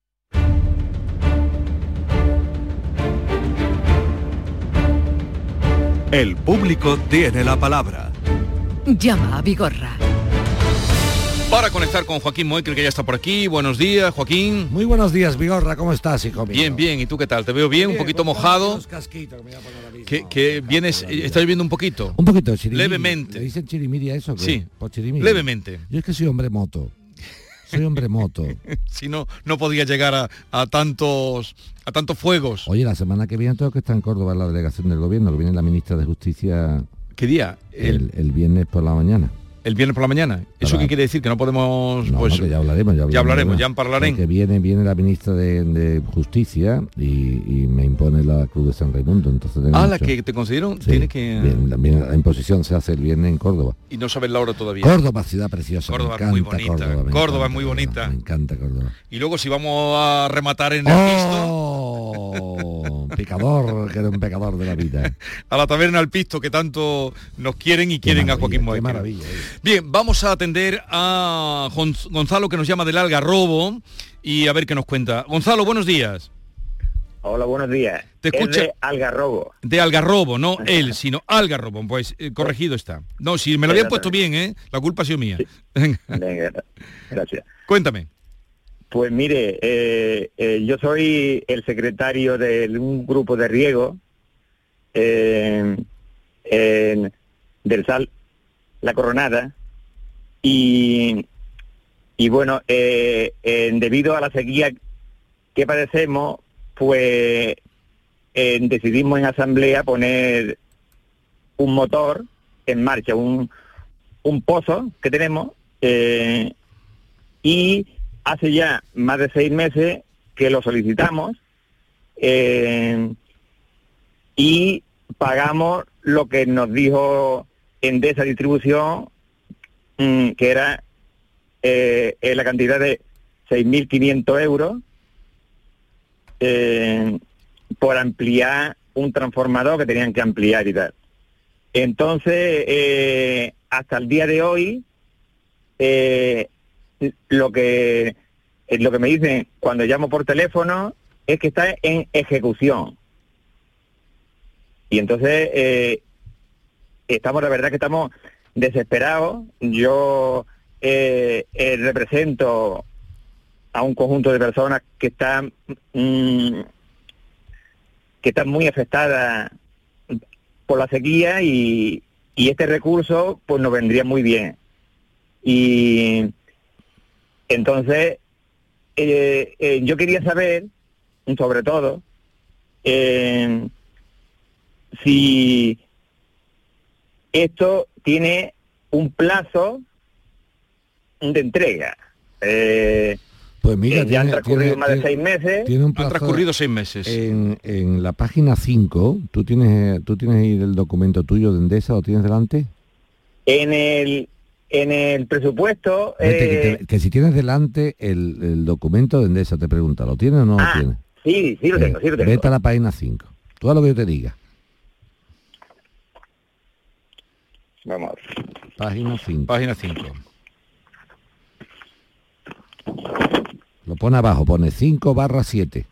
S8: El público tiene la palabra.
S2: Llama a Vigorra.
S3: Para conectar con Joaquín Moikel, que ya está por aquí. Buenos días, Joaquín.
S30: Muy buenos días, Vigorra. ¿Cómo estás, hijo mío?
S3: Bien, bien. ¿Y tú qué tal? Te veo bien, un poquito mojado. Que vienes, ¿estás lloviendo un poquito?
S30: Un poquito, chirimiri.
S3: Levemente.
S30: ¿Le dicen chirimiri a eso?
S3: Sí,
S30: por chirimiri.
S3: levemente.
S30: Yo es que soy hombre moto. Soy hombre moto.
S3: Si no, no podía llegar a tantos fuegos.
S30: Oye, la semana que viene tengo que estar en Córdoba en la delegación del gobierno, que viene la ministra de Justicia.
S3: ¿Qué día?
S30: El viernes por la mañana.
S3: ¿El viernes por la mañana? ¿Eso qué quiere decir? Que no podemos...
S30: No,
S3: pues,
S30: no, que ya hablaremos,
S3: ya en parlaremos.
S30: Que viene la ministra de Justicia y me impone la Cruz de San Raimundo. Entonces
S3: la que te concedieron, sí, tiene que...
S30: La imposición se hace el viernes en Córdoba.
S3: Y no sabes la hora todavía.
S30: Córdoba, ciudad preciosa.
S3: Córdoba es muy bonita. Córdoba es muy bonita.
S30: Me encanta Córdoba.
S3: Y luego si vamos a rematar en el
S30: pisto... Pecador, que era un pecador de la vida.
S3: A la taberna al pisto, que tanto nos quieren y quieren a Joaquín Moikel.
S30: Qué maravilla.
S3: Bien, vamos a atender a Gonzalo, que nos llama del Algarrobo, y a ver qué nos cuenta. Gonzalo, buenos días.
S31: Hola, buenos días.
S3: Te escucha.
S31: Es de Algarrobo.
S3: De Algarrobo, no él, sino Algarrobo. Pues corregido está. No, si me lo habían puesto bien, la culpa ha sido mía. Sí.
S31: Venga, gracias.
S3: Cuéntame.
S31: Pues mire, yo soy el secretario de un grupo de riego del SAL La Coronada y bueno, debido a la sequía que padecemos, pues decidimos en asamblea poner un motor en marcha, un un pozo que tenemos y hace ya más de 6 meses que lo solicitamos y pagamos lo que nos dijo Endesa Distribución, que era la cantidad de 6.500 euros por ampliar un transformador que tenían que ampliar y tal. Entonces, hasta el día de hoy, lo que me dicen cuando llamo por teléfono es que está en ejecución. Y entonces, la verdad que estamos desesperados. Yo represento a un conjunto de personas que están muy afectadas por la sequía y este recurso pues nos vendría muy bien. Y entonces yo quería saber, sobre todo, si esto tiene un plazo de entrega.
S30: Pues mira,
S31: ya han transcurrido más de 6 meses.
S30: Han transcurrido 6 meses. En la página 5, ¿tú tienes ahí el documento tuyo de Endesa? ¿Lo tienes delante?
S31: En el presupuesto...
S30: que si tienes delante el documento de Endesa, te pregunta, ¿lo tienes o no lo tienes?
S31: Sí lo tengo, sí lo tengo.
S30: Vete a la página 5. Tú haz lo que yo te diga.
S31: Vamos a ver.
S3: Página 5.
S30: Lo pone abajo, pone 5/7.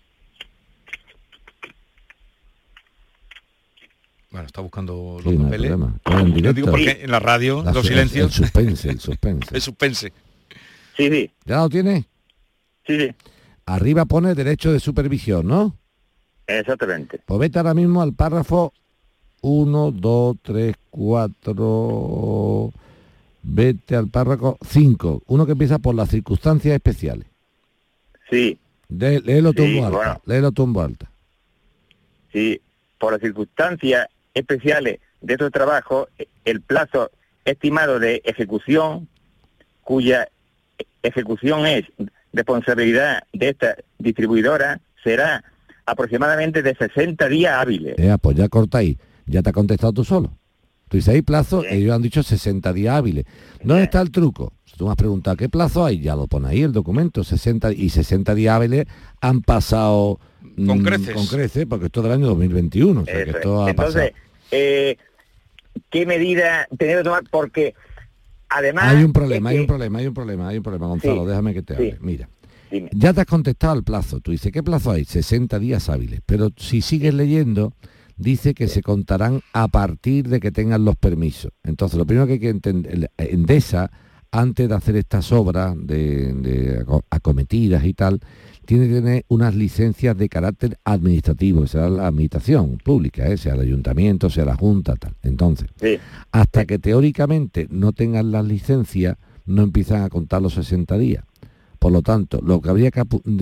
S3: Bueno, está buscando los papeles.
S30: No en directo.
S3: Yo digo porque en la radio, los silencios...
S30: El suspense.
S3: El suspense.
S31: Sí.
S30: ¿Ya lo tienes?
S31: Sí.
S30: Arriba pone derecho de supervisión, ¿no?
S31: Exactamente.
S30: Pues vete ahora mismo al párrafo 1, 2, 3, 4... Vete al párrafo 5, uno que empieza por las circunstancias especiales.
S31: Sí.
S30: Léelo tú en voz alta.
S31: Sí, por las circunstancias especiales de estos trabajos, el plazo estimado de ejecución, cuya ejecución es responsabilidad de esta distribuidora, será aproximadamente de 60 días hábiles.
S30: Pues ya corta ahí, ya te ha contestado tú solo. Tú dices, hay plazo, ellos han dicho 60 días hábiles. ¿Dónde está el truco? Si tú me has preguntado, ¿qué plazo hay? Ya lo pone ahí el documento, 60 días hábiles han pasado
S3: con creces,
S30: porque esto es del año 2021. O sea, que esto ha
S31: Entonces, ¿qué medida tener que tomar? Porque además...
S30: Hay un problema, Gonzalo, déjame que te hable. Mira, ya te has contestado el plazo. Tú dices, ¿qué plazo hay? 60 días hábiles. Pero si sigues leyendo... dice que se contarán a partir de que tengan los permisos. Entonces, lo primero que hay que entender, Endesa, antes de hacer estas obras de acometidas y tal, tiene que tener unas licencias de carácter administrativo, será la administración pública, sea el ayuntamiento, sea la junta, tal. Entonces, hasta que teóricamente no tengan las licencias, no empiezan a contar los 60 días. Por lo tanto, lo que habría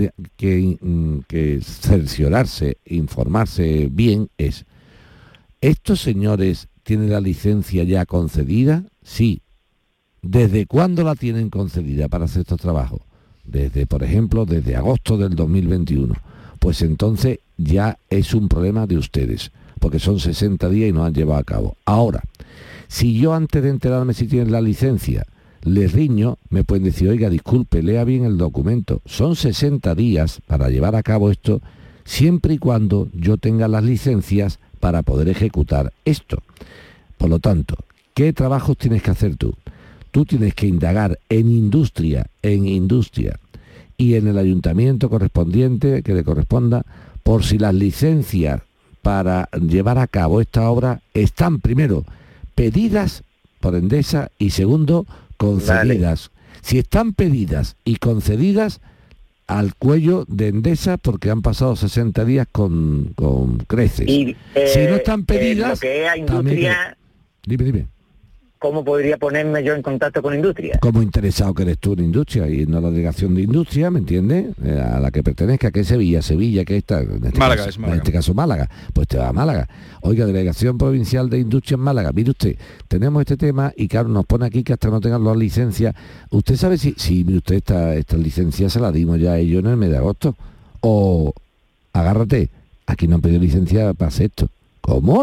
S30: que cerciorarse, informarse bien es, ¿estos señores tienen la licencia ya concedida? Sí. ¿Desde cuándo la tienen concedida para hacer estos trabajos? Por ejemplo, desde agosto del 2021. Pues entonces ya es un problema de ustedes, porque son 60 días y no han llevado a cabo. Ahora, si yo antes de enterarme si tienen la licencia, les riño, me pueden decir, oiga, disculpe, lea bien el documento. Son 60 días para llevar a cabo esto, siempre y cuando yo tenga las licencias para poder ejecutar esto. Por lo tanto, ¿qué trabajos tienes que hacer tú? Tú tienes que indagar en industria y en el ayuntamiento correspondiente que le corresponda, por si las licencias para llevar a cabo esta obra están, primero, pedidas por Endesa y segundo, concedidas. Vale. Si están pedidas y concedidas, al cuello de Endesa, porque han pasado 60 días con creces. Y, si no están pedidas...
S31: lo que es industria...
S30: Dime.
S31: ¿cómo podría ponerme yo en contacto con industria?
S30: Como interesado que eres tú en industria y no la delegación de industria, ¿me entiendes? A la que pertenezca, que es Sevilla, que está en este
S3: Málaga,
S30: caso,
S3: es Málaga.
S30: En este caso Málaga, pues te va a Málaga. Oiga, Delegación Provincial de Industria en Málaga, mire usted, tenemos este tema y claro, nos pone aquí que hasta no tengan las licencias. ¿Usted sabe si mire usted, esta licencia se la dimos ya a ellos en el mes de agosto? O, agárrate, aquí no han pedido licencia para hacer esto. ¿Cómo?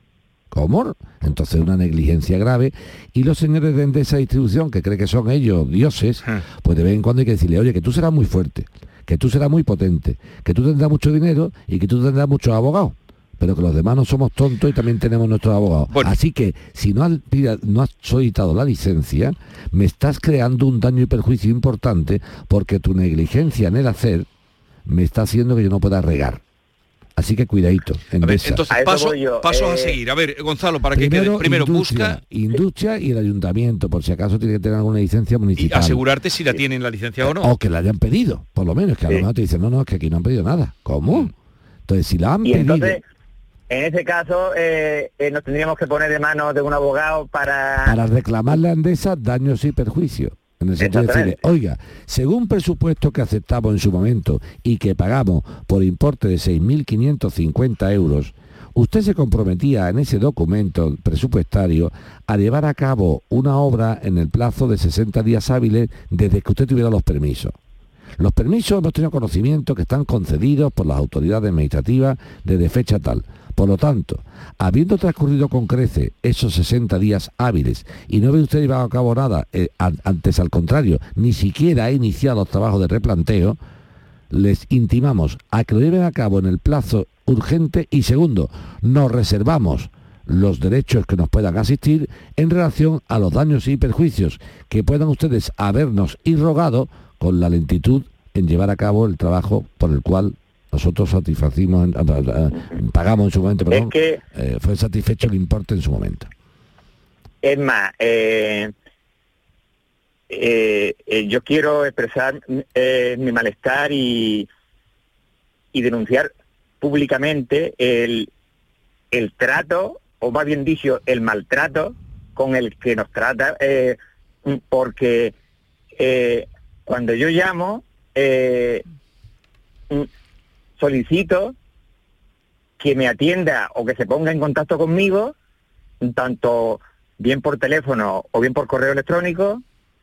S30: Entonces una negligencia grave, y los señores de Endesa Distribución, que creen que son ellos dioses, pues de vez en cuando hay que decirle, oye, que tú serás muy fuerte, que tú serás muy potente, que tú tendrás mucho dinero y que tú tendrás muchos abogados, pero que los demás no somos tontos y también tenemos nuestros abogados. Bueno. Así que si no has solicitado la licencia, me estás creando un daño y perjuicio importante, porque tu negligencia en el hacer me está haciendo que yo no pueda regar. Así que cuidadito.
S3: A ver, entonces pasos a seguir. A ver, Gonzalo, para que quede. Primero
S30: industria y el ayuntamiento, por si acaso tiene que tener alguna licencia municipal.
S3: Y asegurarte si la tienen la licencia o no.
S30: O que la hayan pedido, por lo menos, que a lo mejor te dicen, no, es que aquí no han pedido nada. ¿Cómo? Entonces, si la han pedido...
S31: Entonces, en ese caso, nos tendríamos que poner de manos de un abogado para
S30: reclamarle a Endesa daños y perjuicios. En el sentido de decirle, oiga, según presupuesto que aceptamos en su momento y que pagamos por importe de 6.550 euros, usted se comprometía en ese documento presupuestario a llevar a cabo una obra en el plazo de 60 días hábiles desde que usted tuviera los permisos. Los permisos hemos tenido conocimiento que están concedidos por las autoridades administrativas desde fecha tal. Por lo tanto, habiendo transcurrido con creces esos 60 días hábiles y no ve usted llevado a cabo nada, antes al contrario, ni siquiera ha iniciado los trabajos de replanteo, les intimamos a que lo lleven a cabo en el plazo urgente y segundo, nos reservamos los derechos que nos puedan asistir en relación a los daños y perjuicios que puedan ustedes habernos irrogado con la lentitud en llevar a cabo el trabajo por el cual nosotros pagamos en su momento, perdón, fue satisfecho el importe en su momento.
S31: Es más, yo quiero expresar mi malestar y denunciar públicamente el trato, o más bien dicho, el maltrato con el que nos trata, porque cuando yo llamo, solicito que me atienda o que se ponga en contacto conmigo, tanto bien por teléfono o bien por correo electrónico,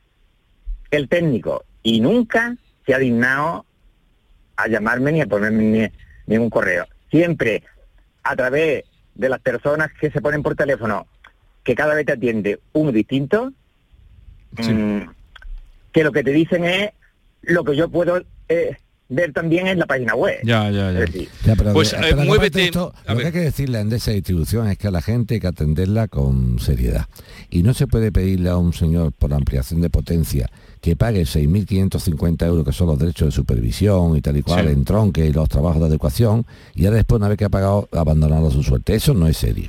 S31: el técnico, y nunca se ha dignado a llamarme ni a ponerme ningún correo. Siempre a través de las personas que se ponen por teléfono, que cada vez te atiende uno distinto, sí. Que lo que te dicen es lo que yo puedo ver también en la página web.
S30: Ya, pero
S3: pues muévete.
S30: Esto, lo que hay que decirle a Endesa Distribución es que a la gente hay que atenderla con seriedad. Y no se puede pedirle a un señor por ampliación de potencia que pague 6.550 euros, que son los derechos de supervisión y tal y cual, en tronque y los trabajos de adecuación, y ahora después, una vez que ha pagado, abandonarlo a su suerte. Eso no es serio.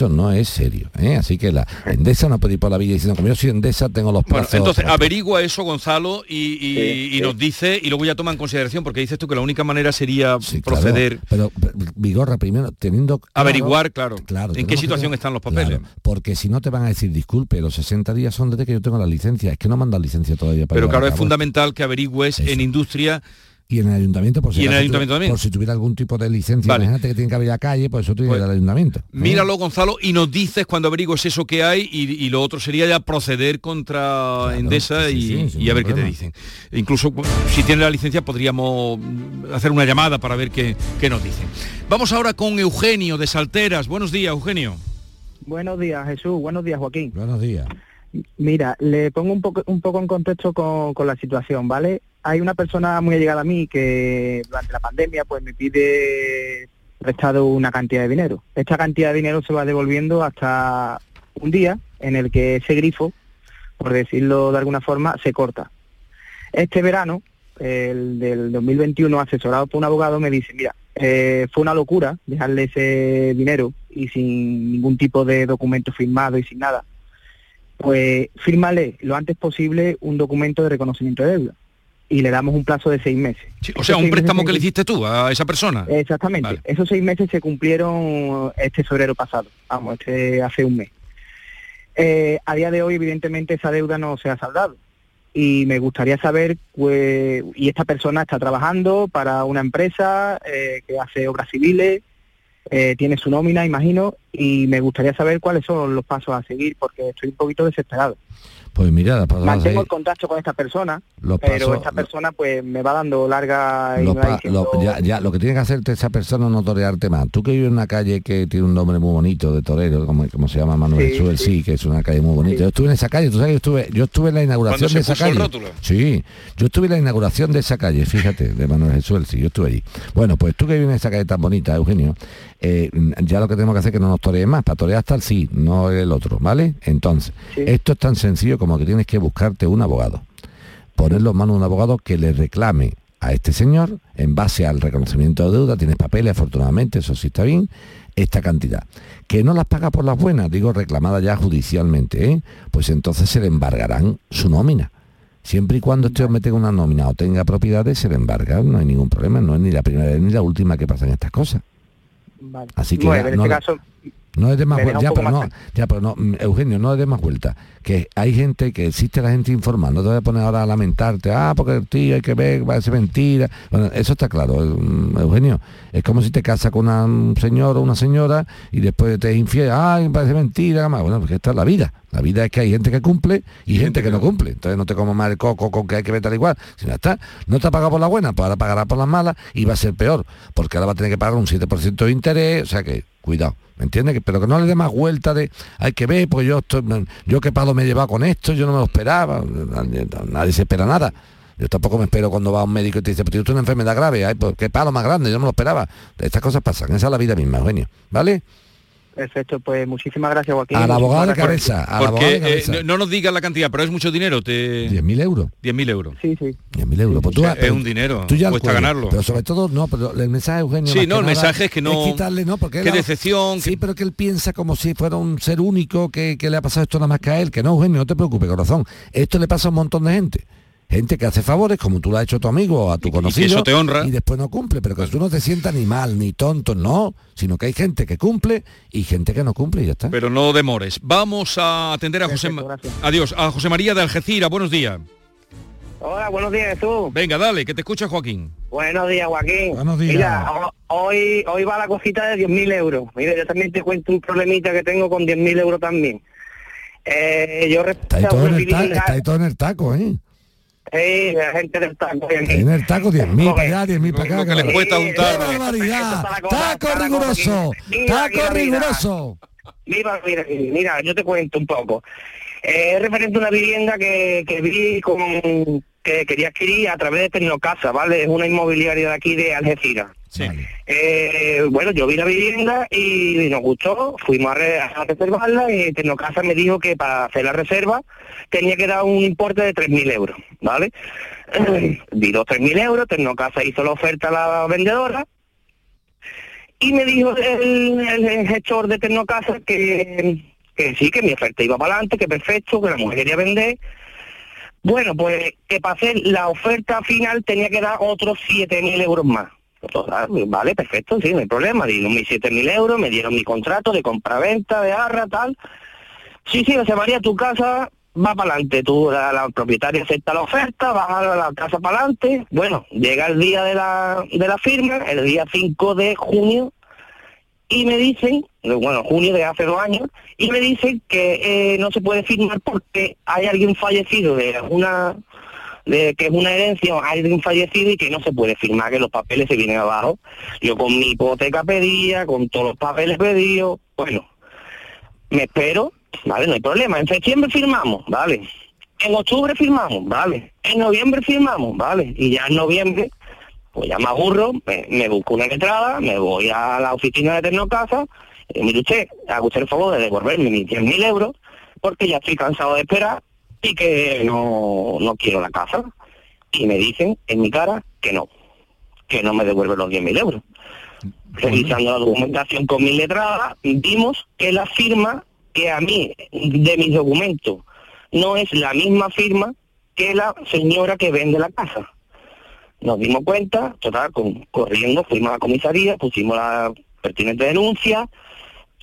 S30: Así que la Endesa no puede ir por la vida diciendo, como yo soy Endesa, tengo los plazos.
S3: Bueno, entonces averigua eso, Gonzalo, y nos dice, y luego ya toma en consideración, porque dices tú que la única manera sería proceder.
S30: Claro, pero Vigorra, primero, teniendo...
S3: Averiguar, claro en qué situación están los papeles.
S30: Claro, porque si no te van a decir, disculpe, los 60 días son desde que yo tengo la licencia. Es que no mandan licencia todavía.
S3: Pero claro, es fundamental que averigües en industria.
S30: Y en el ayuntamiento, por si,
S3: también.
S30: Por si tuviera algún tipo de licencia, imagínate que tiene que abrir la calle, pues eso tiene que ir al ayuntamiento.
S3: Míralo, Gonzalo, y nos dices cuando averigües eso que hay, y lo otro sería ya proceder contra Endesa y a ver qué te dicen. Incluso si tiene la licencia podríamos hacer una llamada para ver qué nos dicen. Vamos ahora con Eugenio de Salteras. Buenos días, Eugenio.
S1: Buenos días, Jesús. Buenos días, Joaquín.
S30: Buenos días.
S1: Mira, le pongo un poco en contexto con la situación, ¿vale? Hay una persona muy allegada a mí que durante la pandemia pues me pide prestado una cantidad de dinero. Esta cantidad de dinero se va devolviendo hasta un día en el que ese grifo, por decirlo de alguna forma, se corta. Este verano, el del 2021, asesorado por un abogado, me dice, mira, fue una locura dejarle ese dinero y sin ningún tipo de documento firmado y sin nada. Pues fírmale lo antes posible un documento de reconocimiento de deuda y le damos un plazo de 6 meses.
S3: Sí, o sea, un préstamo que le hiciste tú a esa persona.
S1: Exactamente. Vale. Esos 6 meses se cumplieron este febrero pasado, hace un mes. a día de hoy evidentemente esa deuda no se ha saldado. Y me gustaría saber, pues, y esta persona está trabajando para una empresa que hace obras civiles, tiene su nómina, imagino, y me gustaría saber cuáles son los pasos a seguir, porque estoy un poquito desesperado.
S30: Pues mira,
S1: mantengo el contacto con esta persona, pero esta persona pues me va dando larga y me va diciendo...
S30: lo que tiene que hacerte esa persona es no torearte más. Tú que vives en una calle que tiene un nombre muy bonito de torero, como se llama Manuel Jesús, sí, que es una calle muy bonita. Sí. Yo estuve en esa calle, tú sabes que yo estuve en la inauguración de esa calle. Sí, yo estuve en la inauguración de esa calle, fíjate, de Manuel Jesús, sí, yo estuve allí. Bueno, pues tú que vives en esa calle tan bonita, Eugenio, ya lo que tenemos que hacer es que no nos torees más, para torear hasta el sí, no el otro, ¿vale? Entonces, esto es tan sencillo como que tienes que buscarte un abogado, ponerlo en manos de un abogado que le reclame a este señor, en base al reconocimiento de deuda, tienes papeles, afortunadamente, eso sí está bien, esta cantidad. Que no las paga por las buenas, digo, reclamada ya judicialmente, pues entonces se le embargarán su nómina. Siempre y cuando este hombre tenga una nómina o tenga propiedades, se le embarga, no hay ningún problema, no es ni la primera vez ni la última que pasan estas cosas.
S1: Vale.
S30: Así que
S1: bueno, en este caso...
S30: No es de más vuelta, pero no, Eugenio, no es de más vuelta. Que hay gente, que existe la gente informando, no te voy a poner ahora a lamentarte, porque el tío hay que ver, va a ser mentira. Bueno, eso está claro, Eugenio. Es como si te casas con un señor o una señora y después te es infiel, parece mentira, bueno, porque esta es la vida. La vida es que hay gente que cumple y gente que no cumple. Entonces no te comas más el coco con que hay que ver tal igual. Si no está, no te ha pagado por la buena, pues ahora pagará por las malas y va a ser peor, porque ahora va a tener que pagar un 7% de interés, o sea que, cuidado. ¿Me entiendes? Pero que no le dé más vuelta de hay que ver, pues yo qué palo me he llevado con esto, yo no me lo esperaba, nadie se espera nada. Yo tampoco me espero cuando va a un médico y te dice, pero tú una enfermedad grave, pues qué palo más grande, yo no me lo esperaba. Estas cosas pasan, esa es la vida misma, Eugenio, ¿vale?
S1: Perfecto, pues muchísimas gracias, Joaquín.
S30: Al abogado de cabeza.
S3: Porque no nos digas la cantidad, pero es mucho dinero.
S30: 10.000 euros.
S3: 10.000 euros.
S1: Sí.
S30: 10.000 euros. Pues
S3: es un dinero,
S30: tú ya
S3: cuesta ganarlo.
S30: Pero sobre todo, no, pero el mensaje, Eugenio...
S3: Sí, no, el mensaje es que no...
S30: Es quitarle, no, porque...
S3: Qué decepción.
S30: Sí, pero que él piensa como si fuera un ser único que le ha pasado esto nada más que a él. Que no, Eugenio, no te preocupes, corazón. Esto le pasa a un montón de gente. Gente que hace favores, como tú lo has hecho a tu amigo o a tu conocido,
S3: y eso te honra,
S30: y después no cumple, pero que tú no te sientas ni mal, ni tonto, no, sino que hay gente que cumple y gente que no cumple y ya está.
S3: Pero no demores. Vamos a atender a a José María de Algeciras. Buenos días.
S4: Hola, buenos días, Jesús.
S3: Venga, dale, que te escucha Joaquín.
S4: Buenos días, Joaquín.
S30: Buenos días.
S4: Mira, hoy va la cosita de 10.000 euros. Mira, yo también te cuento un problemita que tengo con 10.000 euros también. Yo
S30: está ahí todo en el taco, ¿eh?
S4: Sí, la gente del taco.
S30: En el taco 10.000 para allá, 10.000 para acá.
S3: Que les cuesta juntar.
S30: ¡Qué barbaridad! ¡Taco riguroso! ¡Taco riguroso!
S4: Mira, yo te cuento un poco. Referente a una vivienda que vi que quería adquirir a través de Tecnocasa, ¿vale? Es una inmobiliaria de aquí de Algeciras.
S3: Sí.
S4: Bueno, yo vi la vivienda y nos gustó, fuimos a reservarla y Tecnocasa me dijo que para hacer la reserva tenía que dar un importe de 3.000 euros, ¿vale? Di los 3.000 euros, Tecnocasa hizo la oferta a la vendedora y me dijo el gestor de Tecnocasa que sí, que mi oferta iba para adelante, que perfecto, que la mujer quería vender. Bueno, pues que para hacer la oferta final tenía que dar otros 7.000 euros más. Vale, perfecto, sí, no hay problema. Dieron mis 7.000 euros, me dieron mi contrato de compraventa, de arra, tal. Sí, José María, tu casa va para adelante. Tú, la propietaria acepta la oferta, baja la casa para adelante. Bueno, llega el día de la firma, el día 5 de junio, y me dicen, bueno, junio de hace 2 años, y me dicen que no se puede firmar porque hay alguien fallecido que es una herencia, o hay alguien fallecido y que no se puede firmar, que los papeles se vienen abajo. Yo con mi hipoteca pedía, con todos los papeles pedidos, bueno, me espero, vale, no hay problema. En septiembre firmamos, vale. En octubre firmamos, vale. En noviembre firmamos, vale. Y ya en noviembre, pues ya me aburro, me busco una letrada, me voy a la oficina de Tecnocasa, y mire usted, haga usted el favor de devolverme mis 10.000 euros, porque ya estoy cansado de esperar y que no quiero la casa. Y me dicen en mi cara que no me devuelven los 10.000 euros. Revisando la documentación con mi letrada, vimos que la firma que a mí, de mis documentos, no es la misma firma que la señora que vende la casa. Nos dimos cuenta, total, corriendo, fuimos a la comisaría, pusimos la pertinente denuncia,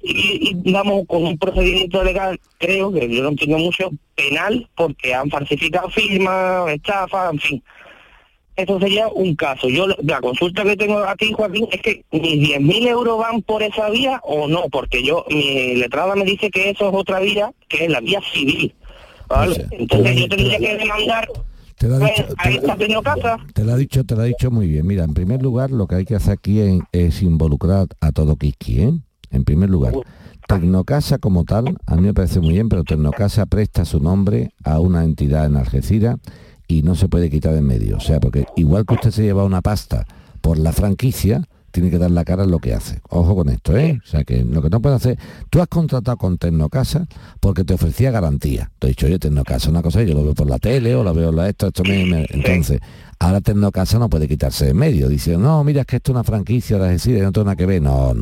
S4: y vamos con un procedimiento legal, creo, que yo no entiendo mucho, penal, porque han falsificado firmas, estafas, en fin. Eso sería un caso. Yo la consulta que tengo aquí, Joaquín, es que mis 10.000 euros van por esa vía o no, porque mi letrada me dice que eso es otra vía, que es la vía civil, ¿vale? O sea, entonces yo tendría que demandar a esta Tecnocasa.
S30: Te lo ha dicho muy bien. Mira, en primer lugar, lo que hay que hacer aquí es involucrar a todo Quisqui, ¿eh? En primer lugar, Tecnocasa como tal, a mí me parece muy bien, pero Tecnocasa presta su nombre a una entidad en Algeciras y no se puede quitar de en medio. O sea, porque igual que usted se lleva una pasta por la franquicia, tiene que dar la cara en lo que hace. Ojo con esto, ¿eh? O sea, que lo que no puede hacer... Tú has contratado con Tecnocasa porque te ofrecía garantía. Te he dicho, oye, Tecnocasa una cosa, yo lo veo por la tele o lo veo en esto Entonces, ahora Tecnocasa no puede quitarse de en medio. Dice, no, mira, es que esto es una franquicia de Algeciras, no tiene nada que ver. No.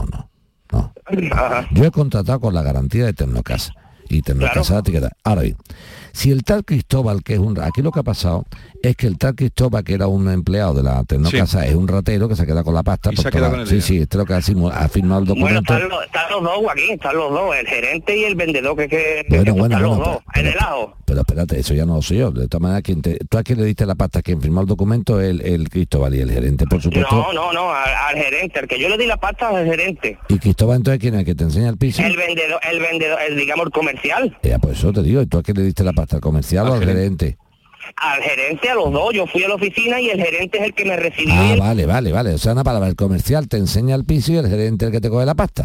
S30: Yo he contratado con la garantía de Tecnocasa. Y Tecnocasa te queda. Ahora bien, si el tal Cristóbal, que es aquí lo que ha pasado es que el tal Cristóbal, que era un empleado de la Tecnocasa, es un ratero que se queda con la pasta.
S3: Se queda con el dinero.
S30: Sí, este es lo que ha firmado el documento.
S4: Bueno, están los dos, Joaquín, están los dos, el gerente y el vendedor, están los dos, en el ajo.
S30: Pero espérate, eso ya no lo sé yo. De todas maneras, tú a quién le diste la pasta, quien firmó el documento, el Cristóbal, y el gerente, por supuesto.
S4: No, al gerente, el que yo le di la pasta al gerente.
S30: ¿Y Cristóbal entonces quién es el que te enseña el piso?
S4: El vendedor, digamos, el comercial.
S30: Pues eso te digo, ¿y tú a quién le diste la pasta, al comercial o al gerente?
S4: Al gerente, a los dos. Yo fui a la oficina y el gerente es el que me recibió.
S30: Vale. O sea, una palabra, el comercial te enseña el piso y el gerente el que te coge la pasta.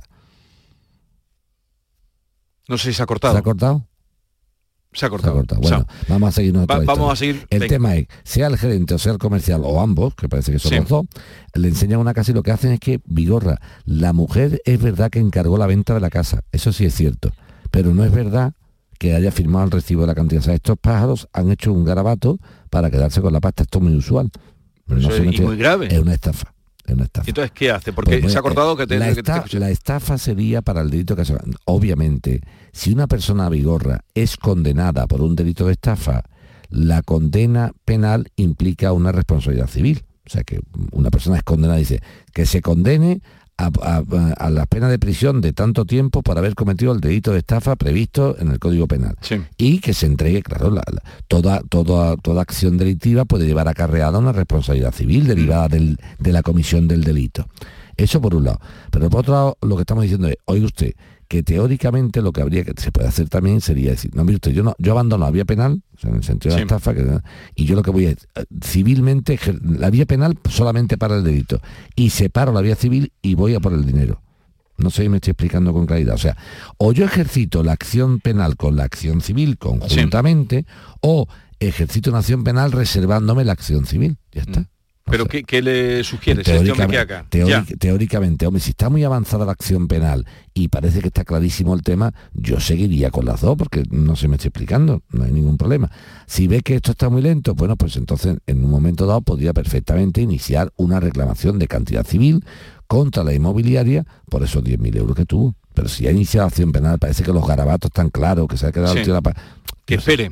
S3: No sé si se ha cortado.
S30: ¿Se ha cortado?
S3: Se ha cortado.
S30: Bueno, vamos a seguir
S3: vamos a seguir.
S30: El tema es, sea el gerente o sea el comercial, o ambos, que parece que son los dos, le enseñan una casa y lo que hacen es que, Vigorra, la mujer es verdad que encargó la venta de la casa. Eso sí es cierto. Pero no es verdad que haya firmado el recibo de la cantidad. O sea, estos pájaros han hecho un garabato para quedarse con la pasta. Esto es muy usual.
S3: Pero no es muy grave.
S30: Es una estafa.
S3: Entonces, ¿qué hace? Porque se ha cortado
S30: la estafa sería para el delito que se... Obviamente, si una persona, Vigorra, es condenada por un delito de estafa, la condena penal implica una responsabilidad civil. O sea, que una persona es condenada, dice, que se condene a la pena de prisión de tanto tiempo por haber cometido el delito de estafa previsto en el Código Penal. Sí. Y que se entregue, claro, toda acción delictiva puede llevar acarreada una responsabilidad civil derivada de la comisión del delito. Eso por un lado. Pero por otro lado, lo que estamos diciendo es, oiga usted, que teóricamente lo que se puede hacer también sería decir, no, mire usted, yo abandono la vía penal, o sea, en el sentido de la estafa, y yo lo que voy es civilmente, la vía penal solamente para el delito, y separo la vía civil y voy a por el dinero. No sé si me estoy explicando con claridad. O sea, o yo ejercito la acción penal con la acción civil conjuntamente, o ejercito una acción penal reservándome la acción civil. Ya está.
S3: ¿Pero qué le sugiere si este hombre que haga?
S30: Teóricamente, hombre, si está muy avanzada la acción penal y parece que está clarísimo el tema, yo seguiría con las dos, porque no se me estoy explicando, no hay ningún problema. Si ve que esto está muy lento, bueno, pues entonces en un momento dado podría perfectamente iniciar una reclamación de cantidad civil contra la inmobiliaria por esos 10.000 euros que tuvo. Pero si ha iniciado acción penal, parece que los garabatos están claros, que se ha quedado...
S3: Que espere.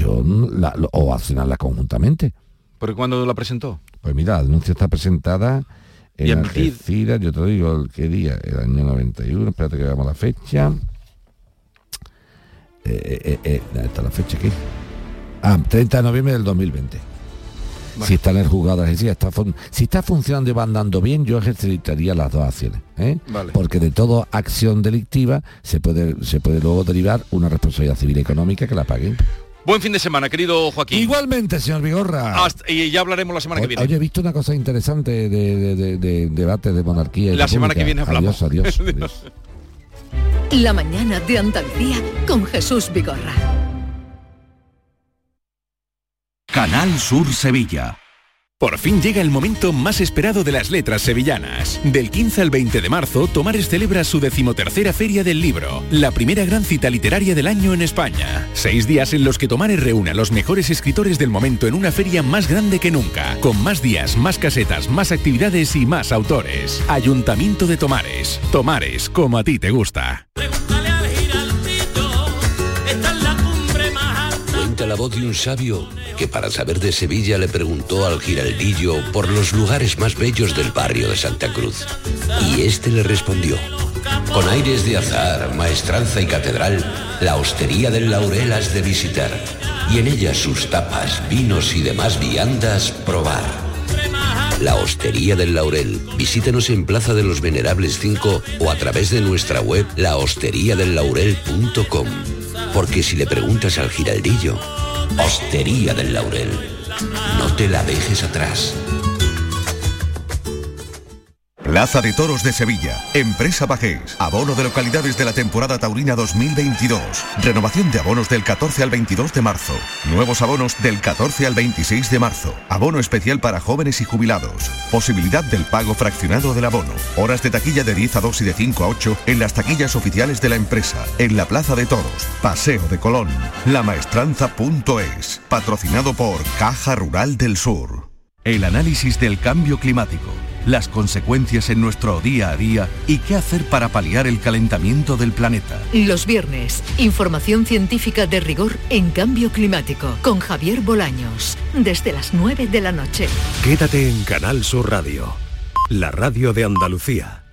S30: O accionarla conjuntamente.
S3: ¿Pero cuándo la presentó?
S30: Pues mira, la denuncia está presentada en Algeciras, yo te lo digo, ¿qué día? El año 91, espérate que veamos la fecha. ¿Está la fecha aquí? 30 de noviembre del 2020. Vale. Si está en el juzgado de Algeciras, si está funcionando y va andando bien, yo ejercitaría las dos acciones. Vale. Porque de toda acción delictiva se puede luego derivar una responsabilidad civil y económica que la paguen.
S3: Buen fin de semana, querido Joaquín.
S30: Igualmente, señor Vigorra.
S3: Y ya hablaremos la semana que viene.
S30: Oye, he visto una cosa interesante de debate de monarquía y
S3: la semana que viene hablamos.
S30: Adiós.
S2: La mañana de Andalucía con Jesús Vigorra.
S8: Canal Sur Sevilla.
S6: Por fin llega el momento más esperado de las letras sevillanas. Del 15 al 20 de marzo, Tomares celebra su 13ª Feria del Libro, la primera gran cita literaria del año en España. 6 días en los que Tomares reúne a los mejores escritores del momento en una feria más grande que nunca, con más días, más casetas, más actividades y más autores. Ayuntamiento de Tomares. Tomares, como a ti te gusta.
S7: La voz de un sabio que para saber de Sevilla le preguntó al giraldillo por los lugares más bellos del barrio de Santa Cruz. Y este le respondió: Con aires de azar, maestranza y catedral, la Hostería del Laurel has de visitar. Y en ella sus tapas, vinos y demás viandas probar. La Hostería del Laurel. Visítanos en Plaza de los Venerables 5 o a través de nuestra web lahosteriadellaurel.com. Porque si le preguntas al giraldillo, Hostería del Laurel, no te la dejes atrás.
S8: Plaza de Toros de Sevilla, Empresa Bajés, abono de localidades de la temporada taurina 2022, renovación de abonos del 14 al 22 de marzo, nuevos abonos del 14 al 26 de marzo, abono especial para jóvenes y jubilados, posibilidad del pago fraccionado del abono, horas de taquilla de 10 a 2 y de 5 a 8 en las taquillas oficiales de la empresa, en la Plaza de Toros, Paseo de Colón, lamaestranza.es, patrocinado por Caja Rural del Sur. El análisis del cambio climático, las consecuencias en nuestro día a día y qué hacer para paliar el calentamiento del planeta.
S2: Los viernes, información científica de rigor en cambio climático con Javier Bolaños, desde las 9 de la noche.
S9: Quédate en Canal Sur Radio, la radio de Andalucía.